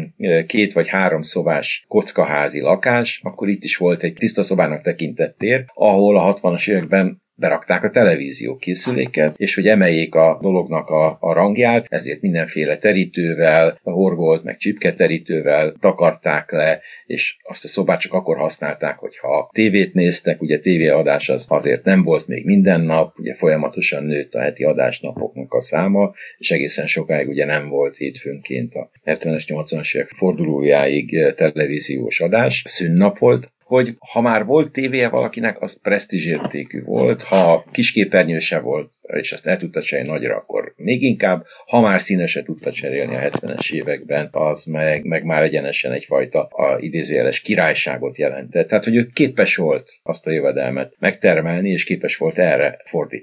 két vagy három szobás kockaházi lakás, akkor itt is volt egy tiszta szobának tekintett tér, ahol a hatvanas években berakták a televízió készüléket, és hogy emeljék a dolognak a, a rangját, ezért mindenféle terítővel, horgolt, meg csipketerítővel takarták le, és azt a szobát csak akkor használták, hogyha tévét néztek, ugye tévéadás az azért nem volt még minden nap, ugye folyamatosan nőtt a heti adásnapoknak a száma, és egészen sokáig ugye nem volt hétfőnként a hetvenes, nyolcvanas évek fordulójáig televíziós adás, szünnap volt, hogy ha már volt tévéje valakinek, az presztízsértékű volt, ha kisképernyő se volt, és azt el tudta cserélni nagyra, akkor még inkább, ha már színeset tudta cserélni a hetvenes években, az meg, meg már egyenesen egyfajta a idézőjeles királyságot jelentett. Tehát, hogy ő képes volt azt a jövedelmet megtermelni, és képes volt erre fordítani.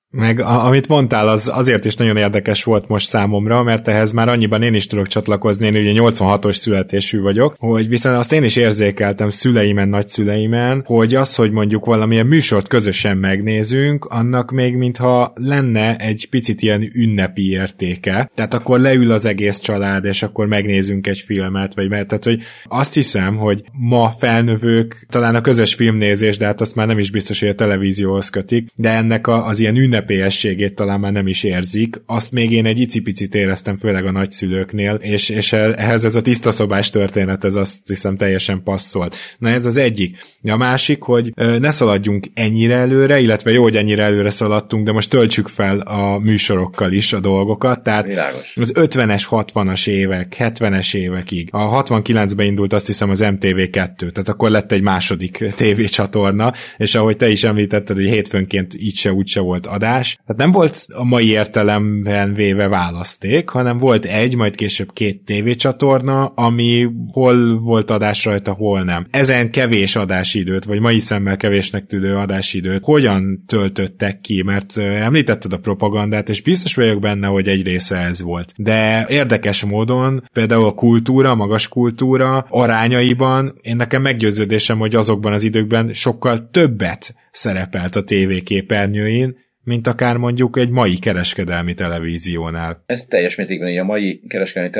Meg a, amit mondtál, az azért is nagyon érdekes volt most számomra, mert ehhez már annyiban én is tudok csatlakozni, én ugye nyolcvanhatos születésű vagyok, hogy viszont azt én is érzékeltem szüleimen, nagyszüleimen, hogy az, hogy mondjuk valamilyen műsort közösen megnézünk, annak még mintha lenne egy picit ilyen ünnepi értéke. Tehát akkor leül az egész család, és akkor megnézünk egy filmet, vagy mert, tehát, hogy azt hiszem, hogy ma felnövők talán a közös filmnézés, de hát azt már nem is biztos, hogy a televízióhoz kötik, de ennek a, az ilyen ünnepélyességét talán már nem is érzik. Azt még én egy icipicit éreztem, főleg a nagyszülőknél, és, és ehhez ez a tisztaszobás történet, ez azt hiszem teljesen passzolt. Na ez az egyik. A másik, hogy ne szaladjunk ennyire előre, illetve jó, hogy ennyire előre szaladtunk, de most töltsük fel a műsorokkal is a dolgokat, tehát Világos. Az ötvenes, hatvanas évek, hetvenes évekig. A hatvankilencben indult azt hiszem az em té vé kettő, tehát akkor lett egy második tévécsatorna, és ahogy te is említetted, hogy hétfőnként így se úgy se volt adás. Tehát nem volt a mai értelemben véve választék, hanem volt egy, majd később két tévécsatorna, ami hol volt adás rajta, hol nem. Ezen kevés adásidőt, vagy mai szemmel kevésnek tűnő adásidőt hogyan töltöttek ki, mert említetted a propagandát, és biztos vagyok benne, hogy egy része ez volt. De érdekes módon például a kultúra, a magas kultúra arányaiban én nekem meggyőződésem, hogy azokban az időkben sokkal többet szerepelt a tévéképernyőin, mint akár mondjuk egy mai kereskedelmi televíziónál. Ez teljes mértékben, hogy a mai kereskedelmi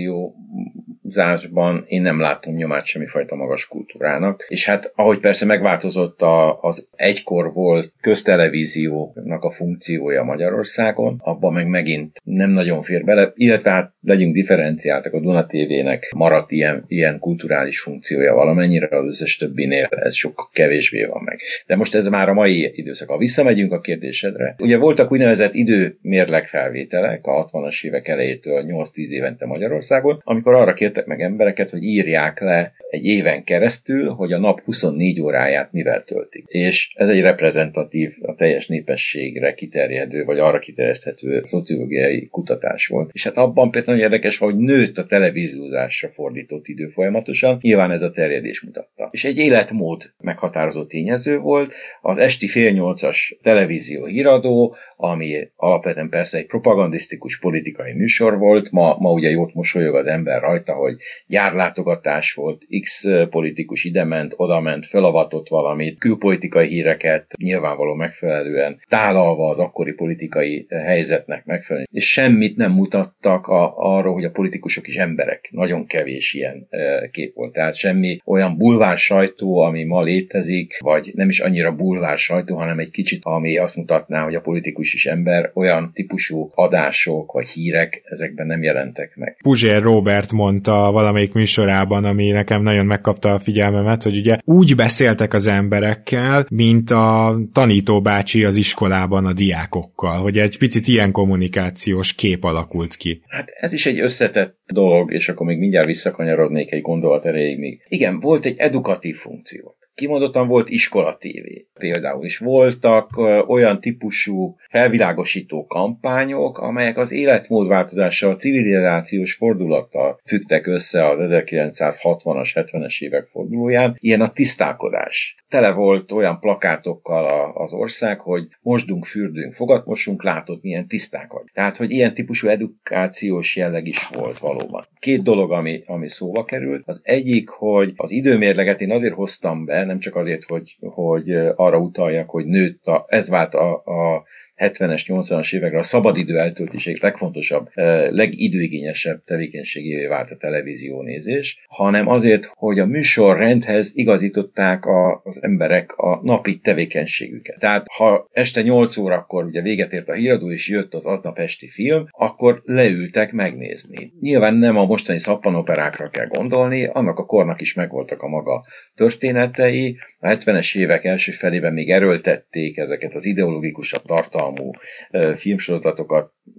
televíziózásban én nem látom nyomát semmifajta magas kultúrának, és hát ahogy persze megváltozott a, az egykor volt köztelevíziónak a funkciója Magyarországon, abban meg megint nem nagyon fér bele, illetve hát legyünk differenciáltak, a Duna té vének maradt ilyen, ilyen kulturális funkciója valamennyire, az összes többinél ez sokkal kevésbé van meg. De most ez már a mai időszak. Ha visszamegyünk a kérdésedre, ugye voltak úgynevezett időmérleg felvételek a hatvanas évek elejétől nyolc-tíz évente Magyarországon, amikor arra kértek meg embereket, hogy írják le egy éven keresztül, hogy a nap huszonnégy óráját mivel töltik. És ez egy reprezentatív, a teljes népességre kiterjedő, vagy arra kiterjeszthető szociológiai kutatás volt. És hát abban például nagyon érdekes, hogy nőtt a televíziózásra fordított idő folyamatosan, nyilván ez a terjedés mutatta. És egy életmód meghatározó tényező volt, az esti fél nyolcas televízió híradó, ami alapvetően persze egy propagandisztikus politikai műsor volt, ma, ma ugye jót mosolyog az ember rajta, hogy gyárlátogatás volt, X politikus idement, odament, felavatott valamit, külpolitikai híreket nyilvánvaló megfelelően tálalva az akkori politikai helyzetnek megfelelően, és semmit nem mutattak a, arról, hogy a politikusok is emberek. Nagyon kevés ilyen e, kép volt. Tehát semmi olyan bulvár sajtó, ami ma létezik, vagy nem is annyira bulvár sajtó, hanem egy kicsit, ami azt mutatná, hogy a politikus is ember, olyan típusú adások vagy hírek ezekben nem jelentek meg. Puzsér Róbert mondta valamelyik műsorában, ami nekem nagyon megkapta a figyelmemet, hogy ugye úgy beszéltek az emberekkel, mint a tanítóbácsi az iskolában a diákokkal, hogy egy picit ilyen kommunikációs kép alakult ki. Hát ez is egy összetett dolog, és akkor még mindjárt visszakanyarodnék egy gondolat erejéig még. Igen, volt egy edukatív funkció. Kimondottan volt iskola tévé például, és voltak ö, olyan típusú felvilágosító kampányok, amelyek az életmódváltozással, a civilizációs fordulattal függtek össze az ezerkilencszázhatvanas, hetvenes évek fordulóján. Ilyen a tisztálkodás. Tele volt olyan plakátokkal a, az ország, hogy mosdunk, fürdünk, fogatmosunk, látod, milyen tiszták vagy. Tehát, hogy ilyen típusú edukációs jelleg is volt valóban. Két dolog, ami, ami szóba került. Az egyik, hogy az időmérleget én azért hoztam be, nem csak azért, hogy, hogy arra utaljak, hogy nőtt, a, ez vált a, a hetvenes, nyolcvanas évekre a szabadidő eltöltéség legfontosabb, legidőigényesebb tevékenységévé vált a televíziónézés, hanem azért, hogy a műsorrendhez igazították a, az emberek a napi tevékenységüket. Tehát ha este nyolc órakor ugye véget ért a híradó, és jött az aznap esti film, akkor leültek megnézni. Nyilván nem a mostani szappanoperákra kell gondolni, annak a kornak is megvoltak a maga történetei. A hetvenes évek első felében még erőltették ezeket az ideológikusabb tartalmú filmsorozatokat,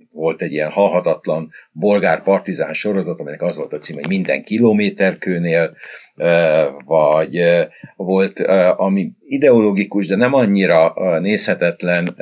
volt egy ilyen halhatatlan bolgár partizán sorozat, aminek az volt a cím, hogy minden kilométerkőnél, vagy volt, ami ideológikus, de nem annyira nézhetetlen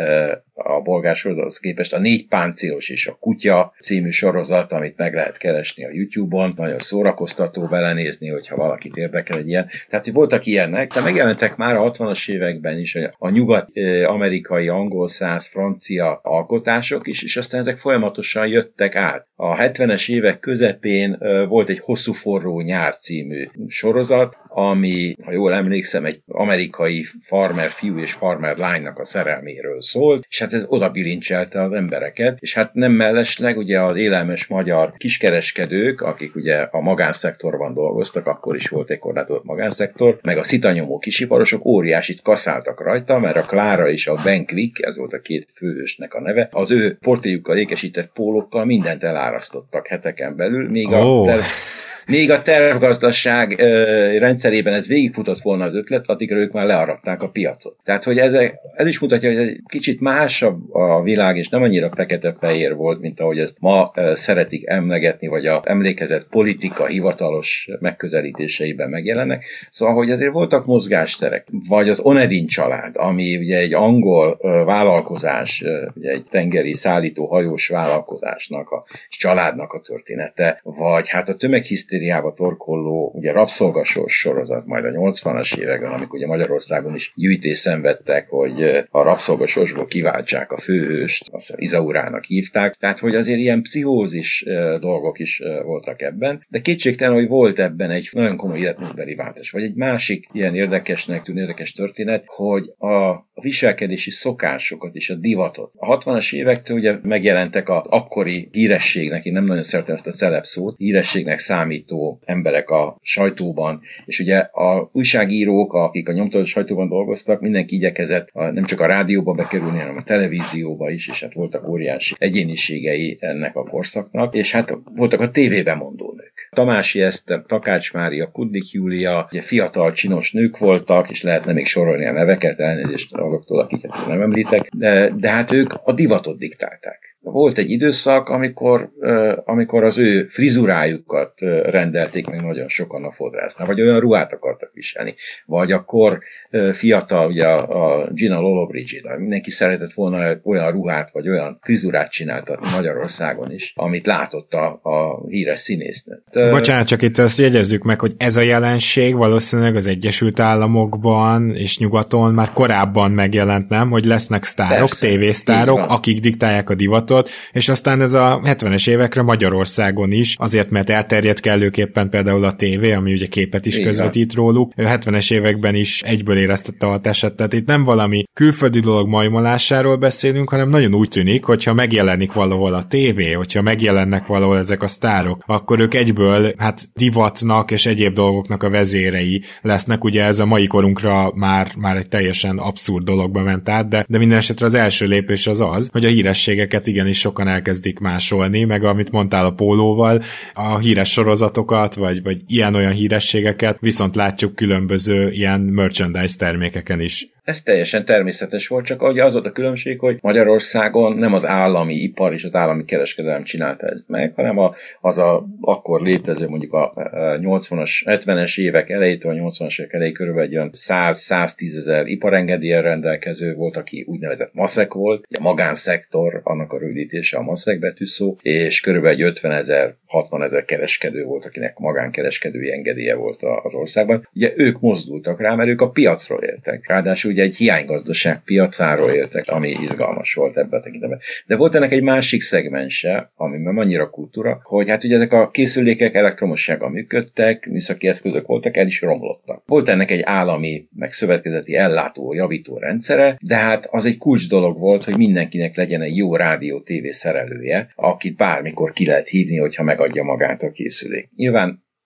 a bolgár sorozathoz képest, a Négy páncélos és a kutya című sorozat, amit meg lehet keresni a YouTube-on, nagyon szórakoztató belenézni, hogyha valakit érdekel egy ilyen. Tehát, hogy voltak ilyenek, de megjelentek már a hatvanas években is a nyugat-amerikai, angol száz, francia alkotások is, és aztán ezek folyamatosan jöttek át. A hetvenes évek közepén volt egy Hosszú forró nyár című sorozat, ami, ha jól emlékszem, egy amerikai farmer fiú és farmer lánynak a szerelméről szólt, és hát ez oda bilincselte az embereket, és hát nem mellesleg ugye az élelmes magyar kiskereskedők, akik ugye a magánszektorban dolgoztak, akkor is volt egy korlátozott magánszektor, meg a szitanyomó kisiparosok óriásit kaszáltak rajta, mert a Klára és a Ben Quick, ez volt a két főhősnek a neve, az ő portéjukkal ékesített pólókkal mindent elárasztottak heteken belül, még oh. a ter- Még a tervgazdaság ö, rendszerében ez végigfutott volna az ötlet, addigra ők már learatták a piacot. Tehát, hogy ez, ez is mutatja, hogy egy kicsit másabb a világ, és nem annyira fekete-fehér volt, mint ahogy ezt ma ö, szeretik emlegetni, vagy a emlékezett politika hivatalos megközelítéseiben megjelennek. Szóval, hogy azért voltak mozgásterek. Vagy az Onedin család, ami ugye egy angol ö, vállalkozás, ö, ugye egy tengeri szállító hajós vállalkozásnak, a családnak a története, vagy hát a tömeghisztéria torkolló, ugye rabszolgasors sorozat majd a nyolcvanas években, amikor ugye Magyarországon is gyűjtés szenvedtek, hogy a rabszolgasorsból kiváltsák a főhőst, azt Izaurának hívták, tehát hogy azért ilyen pszichózis dolgok is voltak ebben, de kétségtelen, hogy volt ebben egy nagyon komoly életmódbeli váltás, vagy egy másik ilyen érdekesnek tűnő érdekes történet, hogy a viselkedési szokásokat és a divatot. A hatvanas évektől ugye megjelentek az akkori hírességnek, én nem nagyon szeretem ezt a celeb szót, hírességnek számító emberek a sajtóban, és ugye a újságírók, akik a nyomtatott sajtóban dolgoztak, mindenki igyekezett a, nem csak a rádióba bekerülni, hanem a televízióba is, és hát voltak óriási egyéniségei ennek a korszaknak, és hát voltak a tévében mondónők. Tamási Eszter, Takács Mária, Kudlik Júlia, ugye fiatal csinos nők voltak, és lehetne még sorolni a neveket, elnézést azoktól, akiket nem említek, de, de hát ők a divatot diktálták. Volt egy időszak, amikor, amikor az ő frizurájukat rendelték meg nagyon sokan a fodrásznál, vagy olyan ruhát akartak viselni, vagy akkor fiatal, ugye a, a Gina Lollobrigida, mindenki szeretett volna olyan ruhát, vagy olyan frizurát csináltatni Magyarországon is, amit látott a, a híres színésznő. Bocsánat, csak itt azt jegyezzük meg, hogy ez a jelenség valószínűleg az Egyesült Államokban és nyugaton már korábban megjelent, nem? Hogy lesznek sztárok, persze, tévésztárok, akik diktálják a divatot, és aztán ez a hetvenes évekre Magyarországon is, azért mert elterjedt kellőképpen például a tévé, ami ugye képet is közvetít róluk, a hetvenes években is egyből éreztette a hatását, tehát itt nem valami külföldi dolog majmolásáról beszélünk, hanem nagyon úgy tűnik, hogyha megjelenik valahol a tévé, hogyha megjelennek valahol ezek a sztárok, akkor ők egyből hát divatnak és egyéb dolgoknak a vezérei lesznek, ugye ez a mai korunkra már, már egy teljesen abszurd dologba ment át, de, de minden esetre az első lépés az az, hogy a hírességeket igenis sokan elkezdik másolni, meg amit mondtál a pólóval, a híres sorozatokat, vagy, vagy ilyen-olyan hírességeket, viszont látjuk különböző ilyen merchandise termékeken is. Ez teljesen természetes volt, csak ugye az volt a különbség, hogy Magyarországon nem az állami ipar és az állami kereskedelem csinálta ezt meg, hanem a, az a akkor létező mondjuk a nyolcvanas, hetvenes évek elejétől a nyolcvanas évek elejé körülbelül egy olyan száz-száztízezer iparengedéllyel rendelkező volt, aki úgynevezett maszek volt, a magánszektor, annak a rövidítése a maszek betűszó, és körülbelül egy ötvenezer, hatvanezer kereskedő volt, akinek magánkereskedői engedélye volt az országban. Ugye ők mozdultak rá, mert ők a piacról éltek. Ráadásul ugye egy hiánygazdaság piacáról éltek, ami izgalmas volt ebben a tekintetben. De volt ennek egy másik szegmense, ami nem annyira kultúra, hogy hát ugye ezek a készülékek elektromossággal működtek, műszaki eszközök voltak, el is romlottak. Volt ennek egy állami, meg szövetkezeti ellátó, javító rendszere, de hát az egy kulcs dolog volt, hogy mindenkinek legyen egy jó rádió tévé szerelője, akit bármikor ki lehet hívni, hogyha megadja magát a készülék. Nyilván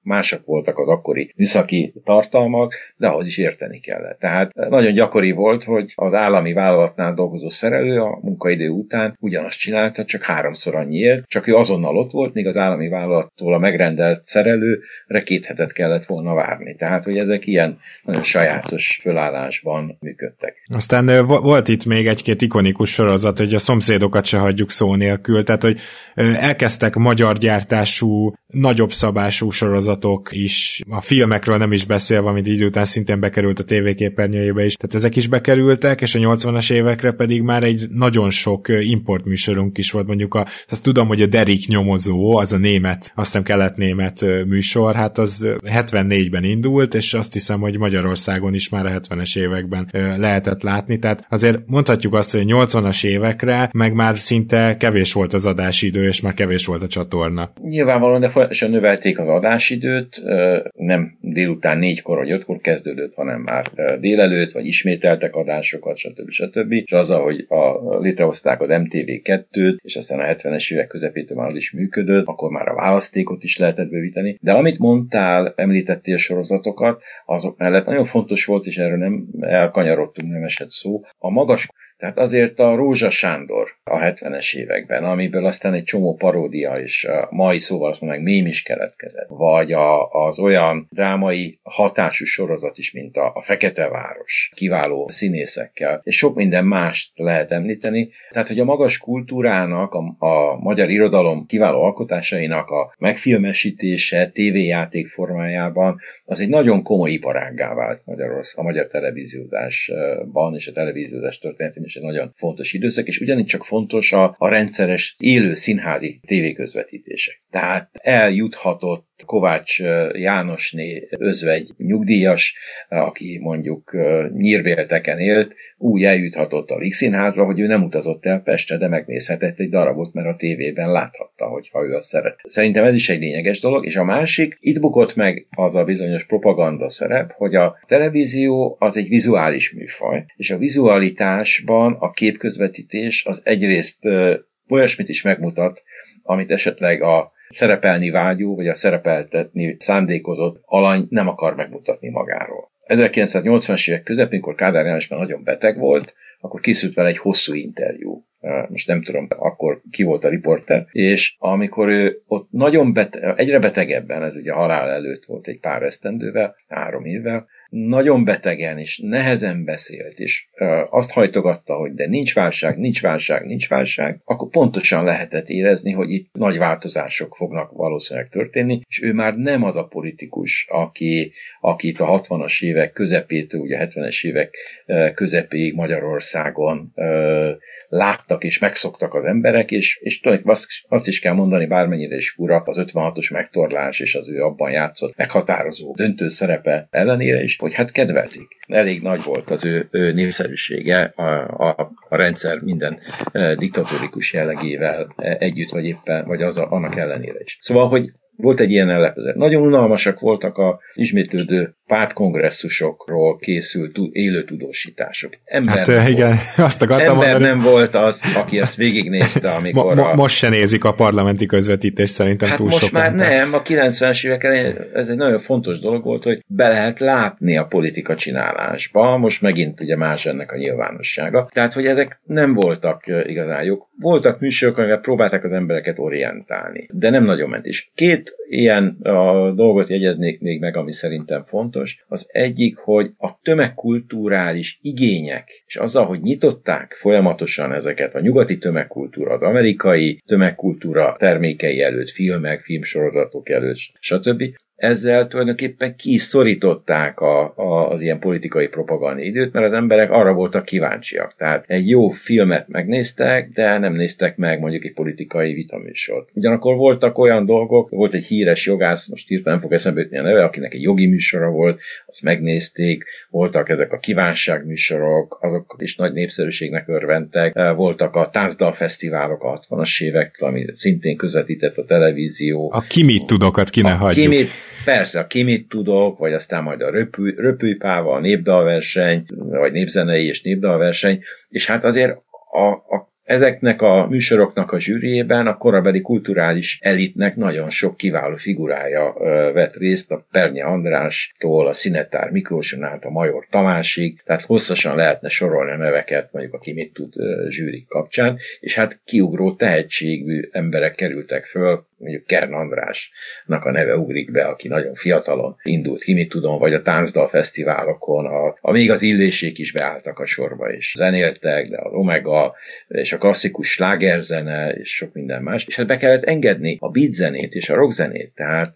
másak voltak az akkori műszaki tartalmak, de ahhoz is érteni kellett. Tehát nagyon gyakori volt, hogy az állami vállalatnál dolgozó szerelő a munkaidő után ugyanazt csinálta, csak háromszor annyiért, csak ő azonnal ott volt, míg az állami vállalattól a megrendelt szerelőre két hetet kellett volna várni. Tehát, hogy ezek ilyen nagyon sajátos fölállásban működtek. Aztán volt itt még egy-két ikonikus sorozat, hogy a szomszédokat se hagyjuk szó nélkül, tehát, hogy elkezdtek magyar gyártású, nagyobb szabású sorozatok is, a filmekről nem is beszélve, amit idő után szintén bekerült a tévéképernyőjébe is, tehát ezek is bekerültek, és a nyolcvanas évekre pedig már egy nagyon sok importműsorunk is volt, mondjuk a, azt tudom, hogy a Derrick nyomozó, az a német, azt hiszem kelet-német műsor, hát az hetvennégyben indult, és azt hiszem, hogy Magyarországon is már a hetvenes években lehetett látni, tehát azért mondhatjuk azt, hogy a nyolcvanas évekre meg már szinte kevés volt az adásidő, és már kevés volt a csatorna. Nyilvánvalóan, de folyamatosan növelték az adásidőt, nem délután négykor vagy ötkor kezdődött, hanem már délelőtt, vagy ismételtek adásokat, stb. stb. És az, ahogy a, létrehozták az em té vé kettőt, és aztán a hetvenes évek közepétől már az is működött, akkor már a választékot is lehetett bővíteni. De amit mondtál, említettél sorozatokat, azok mellett nagyon fontos volt, és erről nem elkanyarodtunk, nem esett szó, a magas. Tehát azért a Rózsa Sándor a hetvenes években, amiből aztán egy csomó paródia és a mai szóval azt mondják, mém is keletkezett, vagy a, az olyan drámai hatású sorozat is, mint a, a Fekete Város, kiváló színészekkel, és sok minden mást lehet említeni. Tehát, hogy a magas kultúrának, a, a magyar irodalom kiváló alkotásainak a megfilmesítése tévéjáték formájában, az egy nagyon komoly iparággá vált Magyarország, a magyar televíziózásban és a televíziózás történetében is egy nagyon fontos időszak, és ugyanígy csak fontos a, a rendszeres élő színházi tévéközvetítések. Tehát eljuthatott Kovács Jánosné özvegy nyugdíjas, aki mondjuk Nyírbélteken élt, úgy eljuthatott a Víg Színházba, hogy ő nem utazott el Pestre, de megnézhetett egy darabot, mert a tévében láthatta, hogyha ő azt szeret. Szerintem ez is egy lényeges dolog, és a másik, itt bukott meg az a bizonyos propaganda szerep, hogy a televízió az egy vizuális műfaj, és a vizualitásban a képközvetítés az egyrészt olyasmit is megmutat, amit esetleg a szerepelni vágyó, vagy a szerepeltetni szándékozott alany nem akar megmutatni magáról. ezerkilencszáznyolcvanas évek közepén, amikor Kádár János már nagyon beteg volt, akkor készült vele egy hosszú interjú. Most nem tudom, akkor ki volt a riporter, és amikor ő ott nagyon bete- egyre betegebben, ez ugye a halál előtt volt egy pár esztendővel, három évvel, nagyon betegen és nehezen beszélt, és azt hajtogatta, hogy de nincs válság, nincs válság, nincs válság, akkor pontosan lehetett érezni, hogy itt nagy változások fognak valószínűleg történni, és ő már nem az a politikus, aki, akit a hatvanas évek közepétől, ugye a hetvenes évek közepéig Magyarországon láttak és megszoktak az emberek, és, és azt, azt is kell mondani, bármennyire is fura, az ötvenhatos megtorlás és az ő abban játszott meghatározó döntő szerepe ellenére is, hogy hát kedvelték. Elég nagy volt az ő, ő népszerűsége a, a, a rendszer minden e, diktatórikus jellegével együtt, vagy éppen, vagy az a, annak ellenére is. Szóval, hogy volt egy ilyen ellepezet. Nagyon unalmasak voltak a ismétlődő pártkongresszusokról készült élő tudósítások. Ember hát nem igen, volt. Azt akartam Ember mondani. nem volt az, aki ezt végignézte, amikor... Mo- mo- a... Most se nézik a parlamenti közvetítést szerintem hát túl most sokan. már tehát... nem, a kilencvenes évek elején ez egy nagyon fontos dolog volt, hogy be lehet látni a politika csinálásba, most megint ugye más ennek a nyilvánossága. Tehát, hogy ezek nem voltak igazán jók. Voltak műsorok, amivel próbálták az embereket orientálni, de nem nagyon ment is. Két ilyen a dolgot jegyeznék még meg, ami szerintem fontos. Az egyik, hogy a tömegkulturális igények, és azzal, hogy nyitották folyamatosan ezeket a nyugati tömegkultúra, az amerikai tömegkultúra termékei előtt, filmek, filmsorozatok előtt, stb., ezzel tulajdonképpen kiszorították a, a, az ilyen politikai propaganda időt, mert az emberek arra voltak kíváncsiak. Tehát egy jó filmet megnéztek, de nem néztek meg mondjuk egy politikai vitaműsort. Ugyanakkor voltak olyan dolgok, volt egy híres jogász, most hirtelen nem fog eszembe jutni a neve, akinek egy jogi műsora volt, azt megnézték, voltak ezek a kívánságműsorok, azok is nagy népszerűségnek örventek, voltak a táncdalfesztiválok a hatvanas évektől, ami szintén közvetített a televízió. A ki mit tudokat ki ne hagyjuk. Kimit, persze, a ki mit tudok, vagy aztán majd a röpü, röpülypáva, a népdalverseny, vagy népzenei és népdalverseny, és hát azért a, a ezeknek a műsoroknak a zsűriében a korabeli kulturális elitnek nagyon sok kiváló figurája vett részt, a Pernye Andrástól, a Szinetár Miklóson át a Major Tamásig, tehát hosszasan lehetne sorolni a neveket, mondjuk aki mit tud zsűrik kapcsán, és hát kiugró tehetségű emberek kerültek föl, mondjuk Kern Andrásnak a neve ugrik be, aki nagyon fiatalon indult, ki mit tudom, vagy a táncdal fesztiválokon, a, a még az Illésék is beálltak a sorba, és zenéltek, de az Omega, és a klasszikus slágerzene, és sok minden más, és hát be kellett engedni a beat zenét és a rock zenét, tehát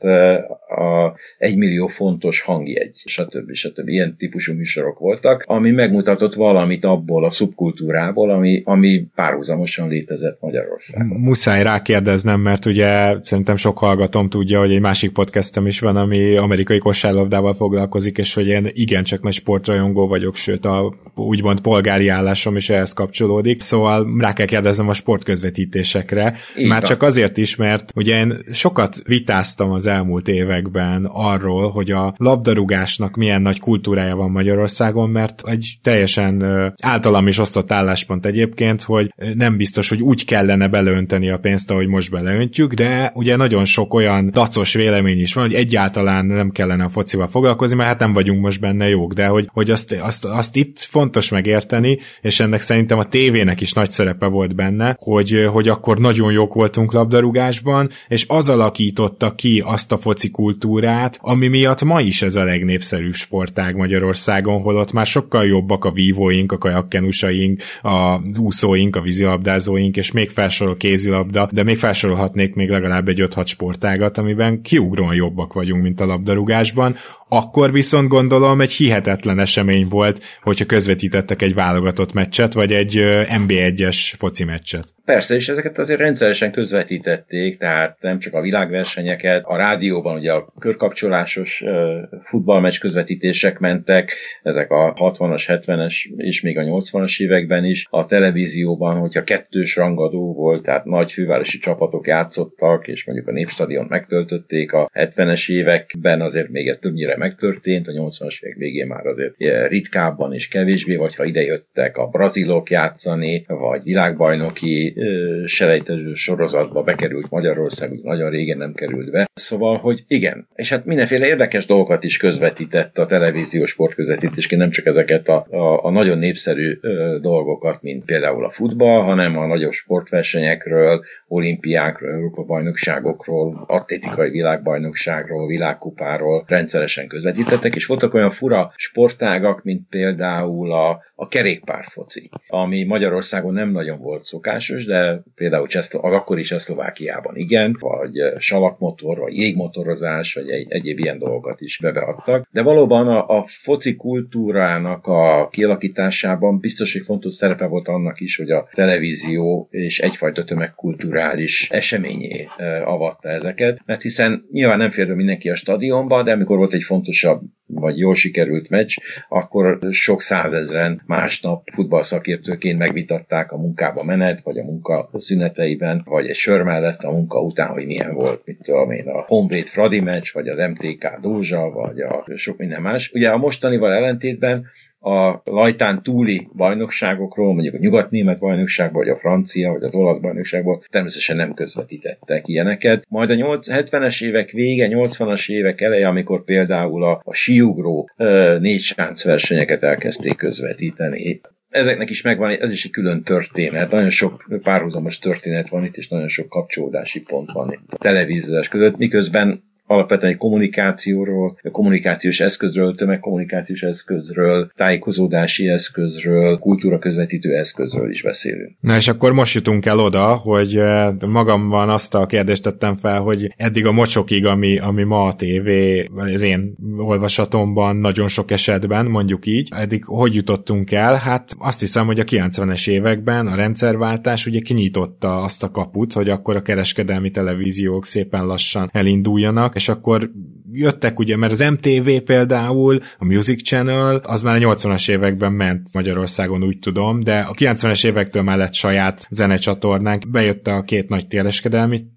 a egymillió fontos hangjegy, stb. stb. Ilyen típusú műsorok voltak, ami megmutatott valamit abból a szubkultúrából, ami, ami párhuzamosan létezett Magyarországon. Muszáj rákérdeznem, mert ugye szerintem sok hallgatom tudja, hogy egy másik podcastem is van, ami amerikai kosárlabdával foglalkozik, és hogy én igencsak nagy sportrajongó vagyok, sőt a úgymond polgári állásom is ehhez kapcsolódik, szóval rá kell kérdeznem a sportközvetítésekre, így már van. Csak azért is, mert ugye én sokat vitáztam az elmúlt években arról, hogy a labdarúgásnak milyen nagy kultúrája van Magyarországon, mert egy teljesen általam is osztott álláspont egyébként, hogy nem biztos, hogy úgy kellene beleönteni a pénzt, ahogy most beleöntjük, de ugye nagyon sok olyan dacos vélemény is van, hogy egyáltalán nem kellene a focival foglalkozni, mert hát nem vagyunk most benne jók, de hogy, hogy azt, azt, azt itt fontos megérteni, és ennek szerintem a tévének is nagy szerepe volt benne, hogy, hogy akkor nagyon jók voltunk labdarúgásban, és az alakította ki azt a foci kultúrát, ami miatt ma is ez a legnépszerűbb sportág Magyarországon, holott már sokkal jobbak a vívóink, a kajakkenusaink, az úszóink, a vízilabdázóink, és még felsorol kézilabda, de még felsorolhatnék még legalább egy öt-hat sportágat, amiben kiugróan jobbak vagyunk, mint a labdarúgásban. Akkor viszont gondolom egy hihetetlen esemény volt, hogyha közvetítettek egy válogatott meccset, vagy egy en bé egyes foci meccset. Persze, és ezeket azért rendszeresen közvetítették, tehát nem csak a világversenyeket, a rádióban ugye a körkapcsolásos futballmeccs közvetítések mentek, ezek a hatvanas, hetvenes és még a nyolcvanas években is, a televízióban, hogyha kettős rangadó volt, tehát nagy fővárosi csapatok játszottak, és mondjuk a Népstadiont megtöltötték a hetvenes években, azért még ez többnyire megtörtént, a nyolcvanas évek végén már azért ritkábban és kevésbé, vagy ha idejöttek a brazilok játszani, vagy világbajnoki selejtező sorozatba bekerült Magyarország, úgy nagyon régen nem került be. Szóval, hogy igen. És hát mindenféle érdekes dolgokat is közvetített a televíziós sportközvetítésként, nem csak ezeket a, a, a nagyon népszerű ö, dolgokat, mint például a futball, hanem a nagyobb sportversenyekről, olimpiákról, Európa-bajnokságokról, atlétikai világbajnokságról, világkupáról rendszeresen közvetítettek, és voltak olyan fura sportágak, mint például a, a kerékpárfoci, ami Magyarországon nem nagyon volt szokásos, de például Csehszlo- az akkori Csehszlovákiában igen, vagy salakmotor, vagy jégmotorozás, vagy egy, egyéb ilyen dolgokat is bebeadtak. De valóban a, a foci kultúrának a kialakításában biztos, hogy fontos szerepe volt annak is, hogy a televízió és egyfajta tömegkulturális eseményé avatta ezeket, mert hiszen nyilván nem fér be mindenki a stadionba, de amikor volt egy fontosabb vagy jól sikerült meccs, akkor sok százezren másnap futballszakértőként megvitatták a munkába menet, vagy a munka szüneteiben, vagy egy sör mellett a munka után, hogy milyen volt, mit tudom én, a Honvéd Fradi meccs, vagy az em té ká Dózsa, vagy a sok minden más. Ugye a mostanival ellentétben a lajtán túli bajnokságokról, mondjuk a nyugat-német bajnokságból, vagy a francia, vagy az olasz bajnokságból természetesen nem közvetítettek ilyeneket. Majd a hetvenes évek vége, nyolcvanas évek eleje, amikor például a, a síugró négysánc versenyeket elkezdték közvetíteni. Ezeknek is megvan, ez is egy külön történet, nagyon sok párhuzamos történet van itt, és nagyon sok kapcsolódási pont van itt a televíziós között, miközben alapvetően egy kommunikációról, kommunikációs eszközről, tömegkommunikációs eszközről, tájékozódási eszközről, kultúra közvetítő eszközről is beszélünk. Na és akkor most jutunk el oda, hogy magamban azt a kérdést tettem fel, hogy eddig a mocsokig, ami, ami ma a tévé, az én olvasatomban nagyon sok esetben, mondjuk így, eddig hogy jutottunk el? Hát azt hiszem, hogy a kilencvenes években a rendszerváltás ugye kinyitotta azt a kaput, hogy akkor a kereskedelmi televíziók szépen lassan elinduljanak, és akkor jöttek ugye, mert az em té vé például, a Music Channel, az már a nyolcvanas években ment Magyarországon, úgy tudom, de a kilencvenes évektől már lett saját zenecsatornánk, bejött a két nagy kereskedelmi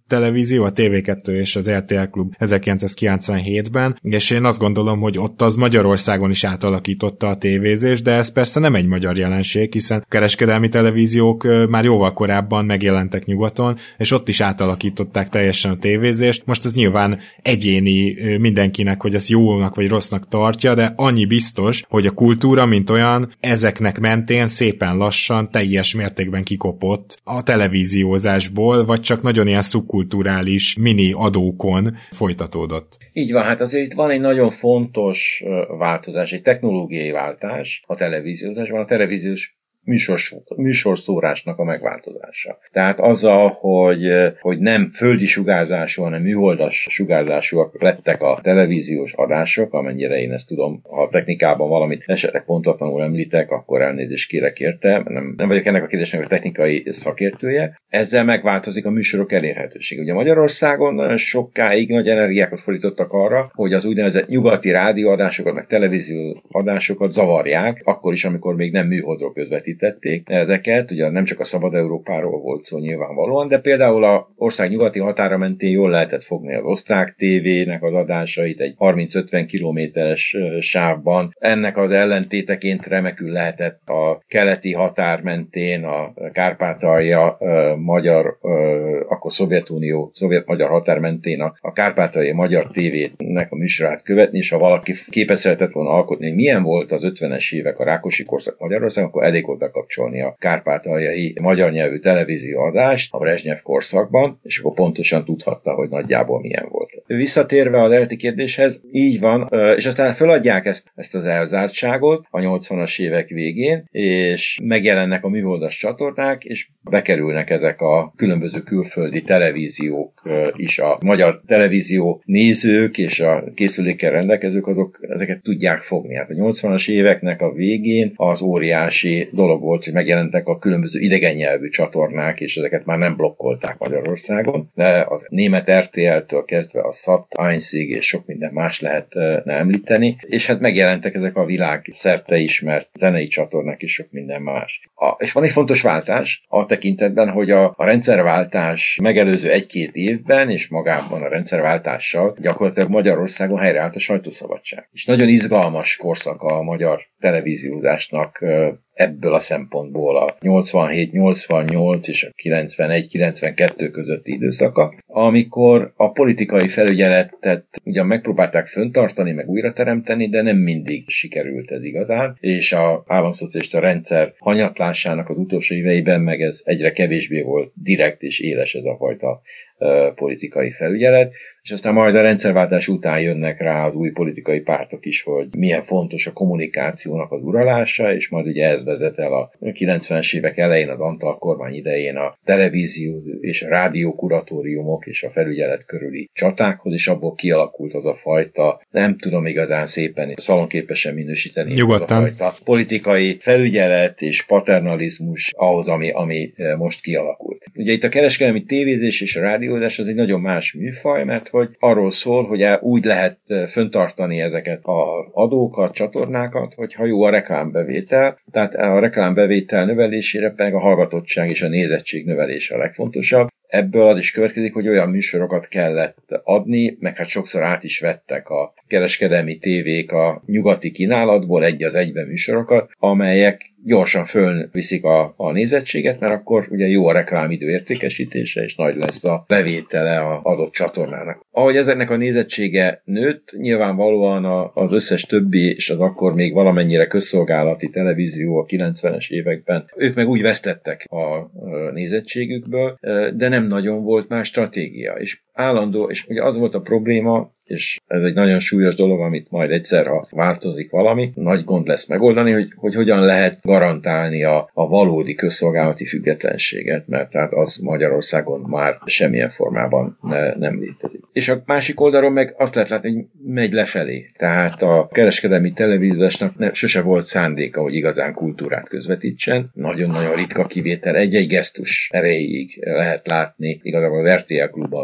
televízió, a té vé kettő és az er té el Klub ezerkilencszázkilencvenhétben, és én azt gondolom, hogy ott az Magyarországon is átalakította a tévézést, de ez persze nem egy magyar jelenség, hiszen kereskedelmi televíziók már jóval korábban megjelentek nyugaton, és ott is átalakították teljesen a tévézést. Most ez nyilván egyéni mindenkinek, hogy ezt jónak vagy rossznak tartja, de annyi biztos, hogy a kultúra, mint olyan, ezeknek mentén szépen lassan, teljes mértékben kikopott a televíziózásból, vagy csak nagyon ilyen szubkulturális mini adókon folytatódott. Így van, hát azért itt van egy nagyon fontos változás, egy technológiai váltás a televíziózásban, a televíziós Műsors, műsorszórásnak a megváltozása. Tehát azzal, hogy, hogy nem földi sugárzású, hanem műholdas sugárzásúak lettek a televíziós adások, amennyire én ezt tudom, ha a technikában valamit esetleg pontatlanul említek, akkor elnézést kérek érte, nem, nem vagyok ennek a kérdésnek a technikai szakértője. Ezzel megváltozik a műsorok elérhetősége. Ugye Magyarországon nagyon sokáig nagy energiákat fordítottak arra, hogy az úgynevezett nyugati rádióadásokat, meg televízió adásokat zavarják, akkor is, amikor még nem műholdról közvetít ezeket, ugye nem csak a Szabad Európáról volt szó nyilvánvalóan, de például az ország nyugati határa mentén jól lehetett fogni az osztrák tévének az adásait egy harminc-ötven kilométeres sávban. Ennek az ellentéteként remekül lehetett a keleti határ mentén a Kárpátalja magyar, akkor Szovjetunió, szovjet-magyar határ mentén a, a Kárpátalja magyar tévének a műsorát követni, és ha valaki képes szeretett volna alkotni, hogy milyen volt az ötvenes évek a Rákosi korszak Magyarországon, akkor elég volt bekapcsolni a kárpátaljai magyar nyelvű televízióadást a Brezsnyev korszakban, és akkor pontosan tudhatta, hogy nagyjából milyen volt. Visszatérve az eredeti kérdéshez, így van, és aztán feladják ezt, ezt az elzártságot a nyolcvanas évek végén, és megjelennek a műholdas csatornák, és bekerülnek ezek a különböző külföldi televíziók is. A magyar televízió nézők és a készülékkel rendelkezők, azok ezeket tudják fogni. Hát a nyolcvanas éveknek a végén az óriási dolog volt, hogy megjelentek a különböző idegen nyelvű csatornák, és ezeket már nem blokkolták Magyarországon, de az német er té el-től kezdve a Sat eins-ig és sok minden más lehetne említeni, és hát megjelentek ezek a világ szerte ismert zenei csatornák és sok minden más. A, és van egy fontos váltás a tekintetben, hogy a, a rendszerváltás megelőző egy-két évben, és magában a rendszerváltással gyakorlatilag Magyarországon helyreállt a sajtószabadság. És nagyon izgalmas korszak a magyar televíziózásnak ebből a szempontból a nyolcvanhét nyolcvannyolc és a kilencvenegy kilencvenkettő közötti időszaka, amikor a politikai felügyeletet ugyan megpróbálták föntartani, meg újra teremteni, de nem mindig sikerült ez igazán, és az államszocialista rendszer hanyatlásának az utolsó éveiben meg ez egyre kevésbé volt direkt és éles ez a fajta uh, politikai felügyelet, és aztán majd a rendszerváltás után jönnek rá az új politikai pártok is, hogy milyen fontos a kommunikációnak az uralása, és majd ugye ez vezet el a kilencvenes évek elején, az Antal kormány idején a televízió és a rádió kuratóriumok és a felügyelet körüli csatákhoz, és abból kialakult az a fajta, nem tudom igazán szépen szalonképesen minősíteni, nyugodtan, az a fajta politikai felügyelet és paternalizmus ahhoz, ami, ami most kialakult. Ugye itt a kereskedelmi tévézés és a rádiózás az egy nagyon más műfaj, mert hogy arról szól, hogy úgy lehet föntartani ezeket az adókat, csatornákat, hogyha jó a reklámbevétel, tehát a reklámbevétel növelésére meg a hallgatottság és a nézettség növelése a legfontosabb. Ebből az is következik, hogy olyan műsorokat kellett adni, meg hát sokszor át is vettek a kereskedelmi tévék a nyugati kínálatból egy az egyben műsorokat, amelyek gyorsan fölviszik a, a nézettséget, mert akkor ugye jó a reklámidő értékesítése, és nagy lesz a bevétele az adott csatornának. Ahogy ezeknek a nézettsége nőtt, nyilvánvalóan a, az összes többi, és az akkor még valamennyire közszolgálati televízió a kilencvenes években, ők meg úgy vesztettek a nézettségükből, de nem nagyon volt más stratégia. És állandó, és ugye az volt a probléma, és ez egy nagyon súlyos dolog, amit majd egyszer, ha változik valami, nagy gond lesz megoldani, hogy, hogy hogyan lehet garantálni a, a valódi közszolgálati függetlenséget, mert tehát az Magyarországon már semmilyen formában ne, nem létezik. És a másik oldalon meg azt lehet látni, hogy megy lefelé. Tehát a kereskedelmi televíziósnak nem, sose volt szándéka, hogy igazán kultúrát közvetítsen. Nagyon-nagyon ritka kivétel, egy-egy gesztus erejéig lehet látni. Igazából az er té el Klub az, ami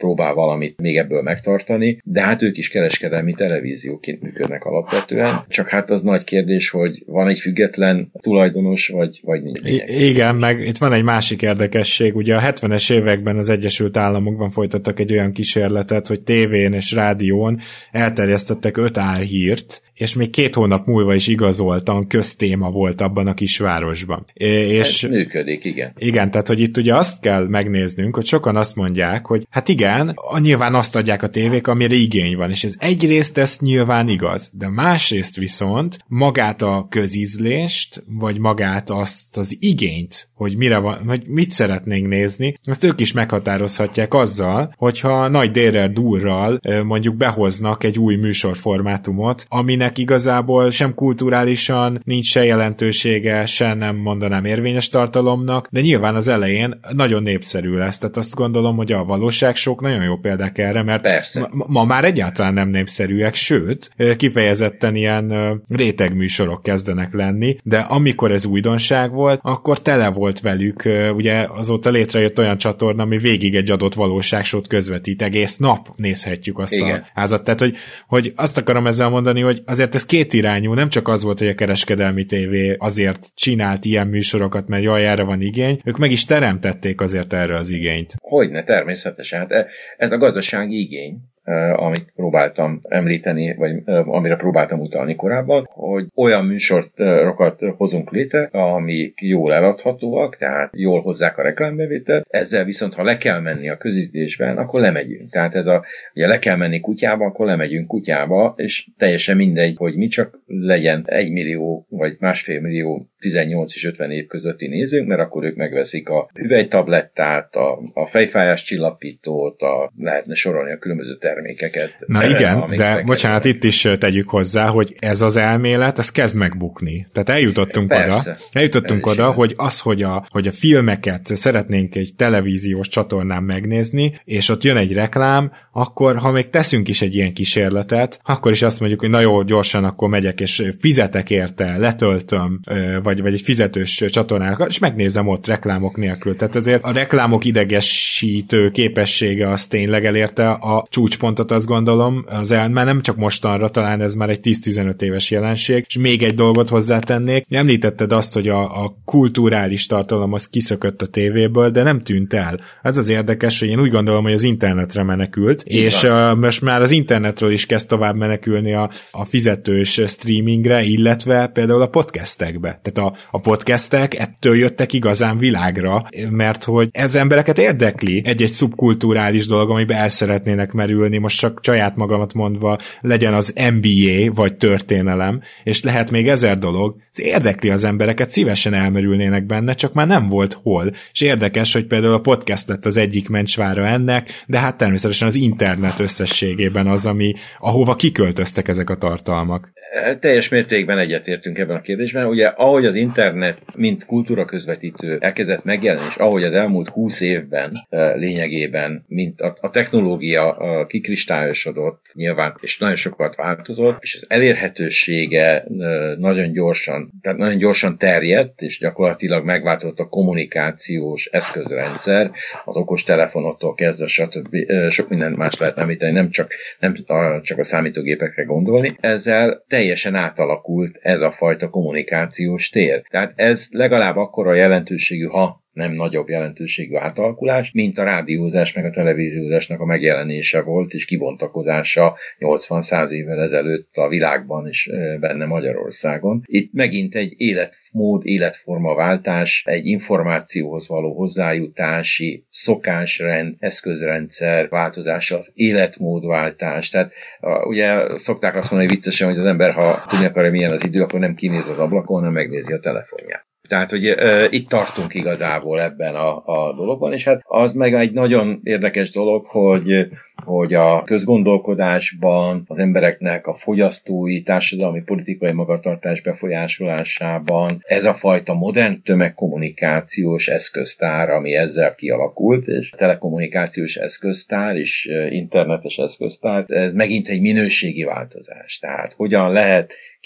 próbál valamit még ebből megtartani, de hát ők is kereskedelmi televízióként működnek alapvetően. Csak hát az nagy kérdés, hogy van egy független tulajdonos, vagy, vagy nincs. I- igen, meg itt van egy másik érdekesség. Ugye a hetvenes években az Egyesült Államokban folytattak egy olyan kísérletet, hogy tévén és rádión elterjesztettek öt álhírt, és még két hónap múlva is igazoltan köztéma volt abban a kisvárosban. És ez működik, igen. Igen, tehát hogy itt ugye azt kell megnéznünk, hogy sokan azt mondják, hogy hát igen, nyilván azt adják a tévék, amire igény van, és ez egyrészt ez nyilván igaz, de másrészt viszont magát a közízlést, vagy magát azt az igényt, hogy mire van, hogy mit szeretnénk nézni, azt ők is meghatározhatják azzal, hogyha nagy dérrel durral mondjuk behoznak egy új műsorformátumot, aminek igazából sem kulturálisan nincs se jelentősége, se nem mondanám érvényes tartalomnak, de nyilván az elején nagyon népszerű lesz, tehát azt gondolom, hogy a valóságsók nagyon jó példák erre, mert ma, ma már egyáltalán nem népszerűek, sőt, kifejezetten ilyen rétegműsorok kezdenek lenni, de amikor ez újdonság volt, akkor tele volt velük, ugye azóta létrejött olyan csatorna, ami végig egy adott valóságsót közvetít, egész nap nézhetjük azt Igen. a házat, tehát hogy, hogy azt akarom ezzel mondani, hogy azért ez kétirányú, nem csak az volt, hogy a kereskedelmi tévé azért csinált ilyen műsorokat, mert jaj, erre van igény, ők meg is teremtették azért erre az igényt. Hogyne, természetesen. Hát ez a gazdasági igény, amit próbáltam említeni, vagy amire próbáltam utalni korábban, hogy olyan műsorokat hozunk létre, amik jól eladhatóak, tehát jól hozzák a reklámbevételt, ezzel viszont, ha le kell menni a közítésben, akkor lemegyünk. Tehát ez a, ugye le kell menni kutyába, akkor lemegyünk kutyába, és teljesen mindegy, hogy mi csak legyen egy millió, vagy másfél millió tizennyolc és ötven év közötti nézők, mert akkor ők megveszik a hüvelytablettát, a, a fejfájás csillapítót, a, lehetne sorolni a különböző termékeket. Na igen, de bocsánat, itt is tegyük hozzá, hogy ez az elmélet, ez kezd megbukni. Tehát eljutottunk Persze. oda, eljutottunk oda, jön. hogy az, hogy a, hogy a filmeket szeretnénk egy televíziós csatornán megnézni, és ott jön egy reklám, akkor ha még teszünk is egy ilyen kísérletet, akkor is azt mondjuk, hogy na jó, gyorsan akkor megyek, és fizetek érte, letöltöm, vagy, vagy egy fizetős csatornának, és megnézem ott reklámok nélkül. Tehát azért a reklámok idegesítő képessége az tényleg elérte a csúcspontot, azt gondolom, az el, már nem csak mostanra, talán ez már egy tíz-tizenöt éves jelenség, és még egy dolgot hozzátennék. Említetted azt, hogy a, a kulturális tartalom az kiszökött a tévéből, de nem tűnt el. Ez az érdekes, hogy én úgy gondolom, hogy az internetre menekült, Igen. és uh, most már az internetről is kezd tovább menekülni a, a fizetős streamingre, illetve például a podcastekbe. Tehát a, a podcastek ettől jöttek igazán világra, mert hogy ez embereket érdekli egy-egy szubkulturális dolog, amiben el szeretnének merülni, most csak saját magamat mondva, legyen az en bé á vagy történelem, és lehet még ezer dolog, ez érdekli az embereket, szívesen elmerülnének benne, csak már nem volt hol. És érdekes, hogy például a podcast lett az egyik mencsvára ennek, de hát természetesen az internet összességében az, ami, ahova kiköltöztek ezek a tartalmak. Teljes mértékben egyetértünk ebben a kérdésben. Ugye, ahogy az internet, mint kultúra közvetítő elkezdett megjelenni, és ahogy az elmúlt húsz évben lényegében, mint a, a technológia kikristályosodott nyilván, és nagyon sokat változott, és az elérhetősége nagyon gyorsan, tehát nagyon gyorsan terjedt, és gyakorlatilag megváltozott a kommunikációs eszközrendszer, az okostelefonoktól kezdve, stb. Sok minden más lehet említeni, nem csak, nem csak a számítógépekre gondolni. Ezzel teljesen átalakult ez a fajta kommunikációs tér. Tehát ez legalább akkora jelentőségű, ha nem nagyobb jelentőségű átalakulás, mint a rádiózás meg a televíziózásnak a megjelenése volt, és kibontakozása nyolcvan-száz évvel ezelőtt a világban és benne Magyarországon. Itt megint egy életmód, életformaváltás, egy információhoz való hozzájutási szokásrend, eszközrendszer változása, életmódváltás. Tehát ugye szokták azt mondani viccesen, hogy az ember, ha tudni akarja, milyen az idő, akkor nem kinéz az ablakon, hanem megnézi a telefonját. Tehát, hogy e, itt tartunk igazából ebben a, a dologban, és hát az meg egy nagyon érdekes dolog, hogy, hogy a közgondolkodásban, az embereknek a fogyasztói, társadalmi, politikai magatartás befolyásolásában ez a fajta modern tömegkommunikációs eszköztár, ami ezzel kialakult, és telekommunikációs eszköztár és internetes eszköztár, ez megint egy minőségi változás. Tehát hogyan lehet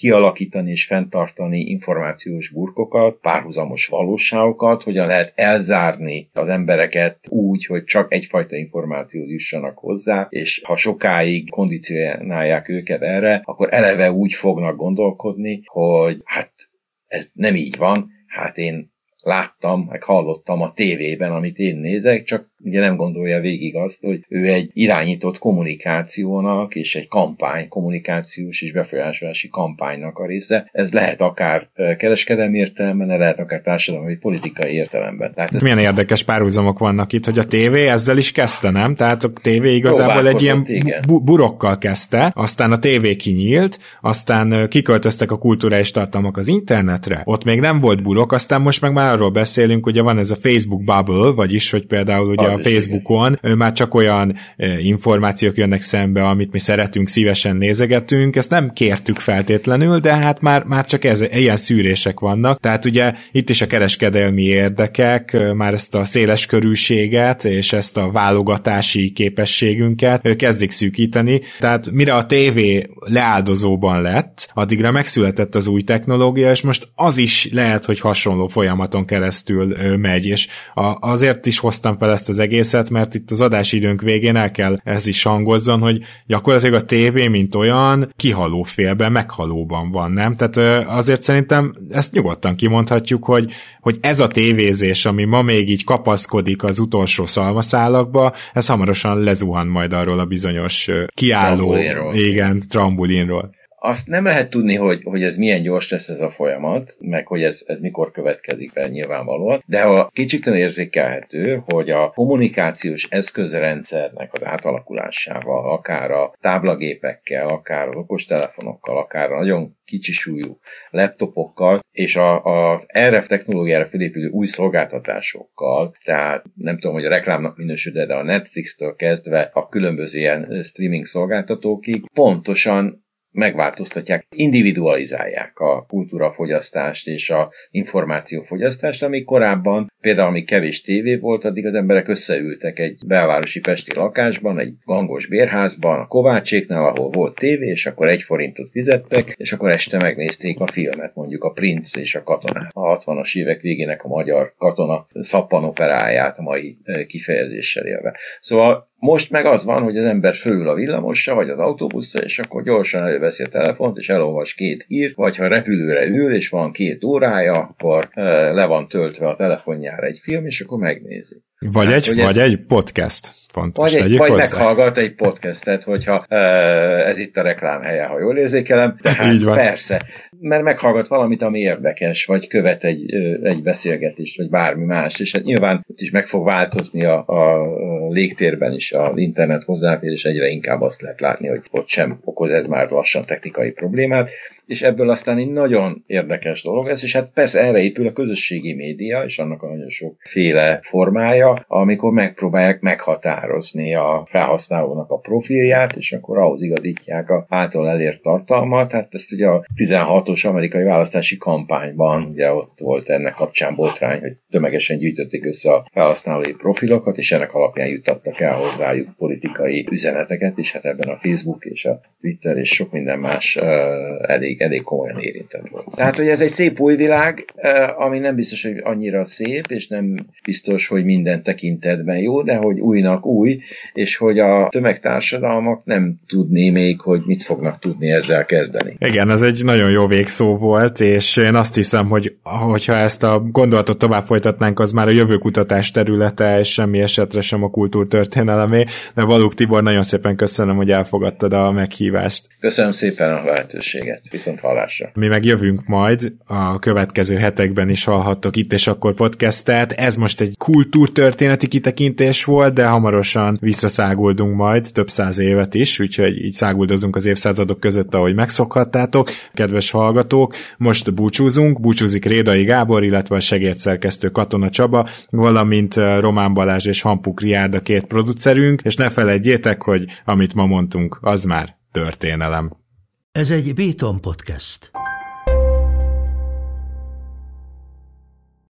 kialakítani és fenntartani információs burkokat, párhuzamos valóságokat, hogyan lehet elzárni az embereket úgy, hogy csak egyfajta információt jussanak hozzá, és ha sokáig kondicionálják őket erre, akkor eleve úgy fognak gondolkodni, hogy hát ez nem így van, hát én láttam, meg hallottam a tévében, amit én nézek, csak ugye nem gondolja végig azt, hogy ő egy irányított kommunikációnak és egy kampány, kommunikációs és befolyásolási kampánynak a része. Ez lehet akár kereskedelmi értelemben, lehet akár társadalmi vagy politikai értelemben. Tehát ez... Milyen érdekes párhuzamok vannak itt, hogy a tévé ezzel is kezdte, nem? Tehát a tévé igazából egy ilyen bu- burokkal kezdte, aztán a tévé kinyílt, aztán kiköltöztek a kulturális tartalmak az internetre, ott még nem volt burok, aztán most meg már arról beszélünk, ugye van ez a Facebook bubble, vagyis, hogy például ugye a Facebookon már csak olyan információk jönnek szembe, amit mi szeretünk, szívesen nézegetünk, ezt nem kértük feltétlenül, de hát már, már csak ez, ilyen szűrések vannak, tehát ugye itt is a kereskedelmi érdekek, már ezt a széles körűséget és ezt a válogatási képességünket kezdik szűkíteni, tehát mire a tévé leáldozóban lett, addigra megszületett az új technológia, és most az is lehet, hogy hasonló folyamaton keresztül megy, és azért is hoztam fel ezt az egészet, mert itt az adásidőnk végén el kell ez is hangozzon, hogy gyakorlatilag a tévé, mint olyan, kihaló félben, meghalóban van, nem? Tehát azért szerintem ezt nyugodtan kimondhatjuk, hogy, hogy ez a tévézés, ami ma még így kapaszkodik az utolsó szalmaszálakba, ez hamarosan lezuhan majd arról a bizonyos kiálló, trambulinról. igen, trambulinról. Azt nem lehet tudni, hogy, hogy ez milyen gyors lesz ez a folyamat, meg hogy ez, ez mikor következik be nyilvánvalóan, de ha kicsikten érzékelhető, hogy a kommunikációs eszközrendszernek az átalakulásával, akár a táblagépekkel, akár az okostelefonokkal, akár a nagyon kicsi súlyú laptopokkal, és a, az erre technológiára felépülő új szolgáltatásokkal, tehát nem tudom, hogy a reklámnak minősül, de a Netflix-től kezdve a különböző ilyen streaming szolgáltatókig pontosan megváltoztatják, individualizálják a kultúrafogyasztást és a információfogyasztást, ami korábban, például amíg kevés tévé volt, addig az emberek összeültek egy belvárosi pesti lakásban, egy gangos bérházban, a Kovácséknál, ahol volt tévé, és akkor egy forintot fizettek, és akkor este megnézték a filmet, mondjuk a Prince és a Katonát. A hatvanas évek végének a magyar katona szappanoperáját a mai kifejezéssel élve. Szóval most meg az van, hogy az ember fölül a villamosra, vagy az autóbuszra, és akkor gyorsan előveszi a telefont, és elolvas két hírt, vagy ha repülőre ül, és van két órája, akkor e, le van töltve a telefonjára egy film, és akkor megnézi. Vagy, hát, egy, vagy ez, egy podcast. Fontos, vagy egy, vagy meghallgat egy podcastet, hogyha e, ez itt a reklám helye, ha jól érzékelem. Tehát persze, mert meghallgat valamit, ami érdekes, vagy követ egy, egy beszélgetést, vagy bármi más, és hát nyilván ott is meg fog változni a, a légtérben is az internet hozzáférés, egyre inkább azt lehet látni, hogy ott sem okoz ez már lassan technikai problémát, és ebből aztán egy nagyon érdekes dolog ez, és hát persze erre épül a közösségi média, és annak a nagyon sokféle formája, amikor megpróbálják meghatározni a felhasználónak a profilját, és akkor ahhoz igazítják a által elért tartalmat. Hát ezt ugye a tizenhatos amerikai választási kampányban, ugye ott volt ennek kapcsán botrány, hogy tömegesen gyűjtötték össze a felhasználói profilokat, és ennek alapján juttattak el hozzájuk politikai üzeneteket, és hát ebben a Facebook és a Twitter és sok minden más uh, elég, elég komolyan érintett volt. Tehát, hogy ez egy szép új világ, uh, ami nem biztos, hogy annyira szép, és nem biztos, hogy minden tekintetben jó, de hogy újnak új, és hogy a tömegtársadalmak nem tudné még, hogy mit fognak tudni ezzel kezdeni. Igen, ez egy nagyon jó végszó volt, és én azt hiszem, hogy hogyha ezt a gondolatot tovább folytatnánk, az már a jövőkutatás területe, és semmi esetre sem a kultúrtörténelemé, de Balogh Tibor, nagyon szépen köszönöm, hogy elfogadtad a meghívást. Köszönöm szépen a lehetőséget, viszont hallásra. Mi meg jövünk majd, a következő hetekben is hallhattok Itt és Akkor podcastet. Ez most egy kultúrtörténeti kitekintés volt, de hamarosan visszaszáguldunk majd több száz évet is, úgyhogy így száguldozunk az évszázadok között, ahogy megszokhattátok. Kedves hallgatók, most búcsúzunk, búcsúzik Rédai Gábor, illetve a segédszerkesztő Katona Csaba, valamint Román Balázs és Hampuk Riárd a két producerünk, és ne feledjétek, hogy amit ma mondtunk, az már történelem. Ez egy Béton Podcast.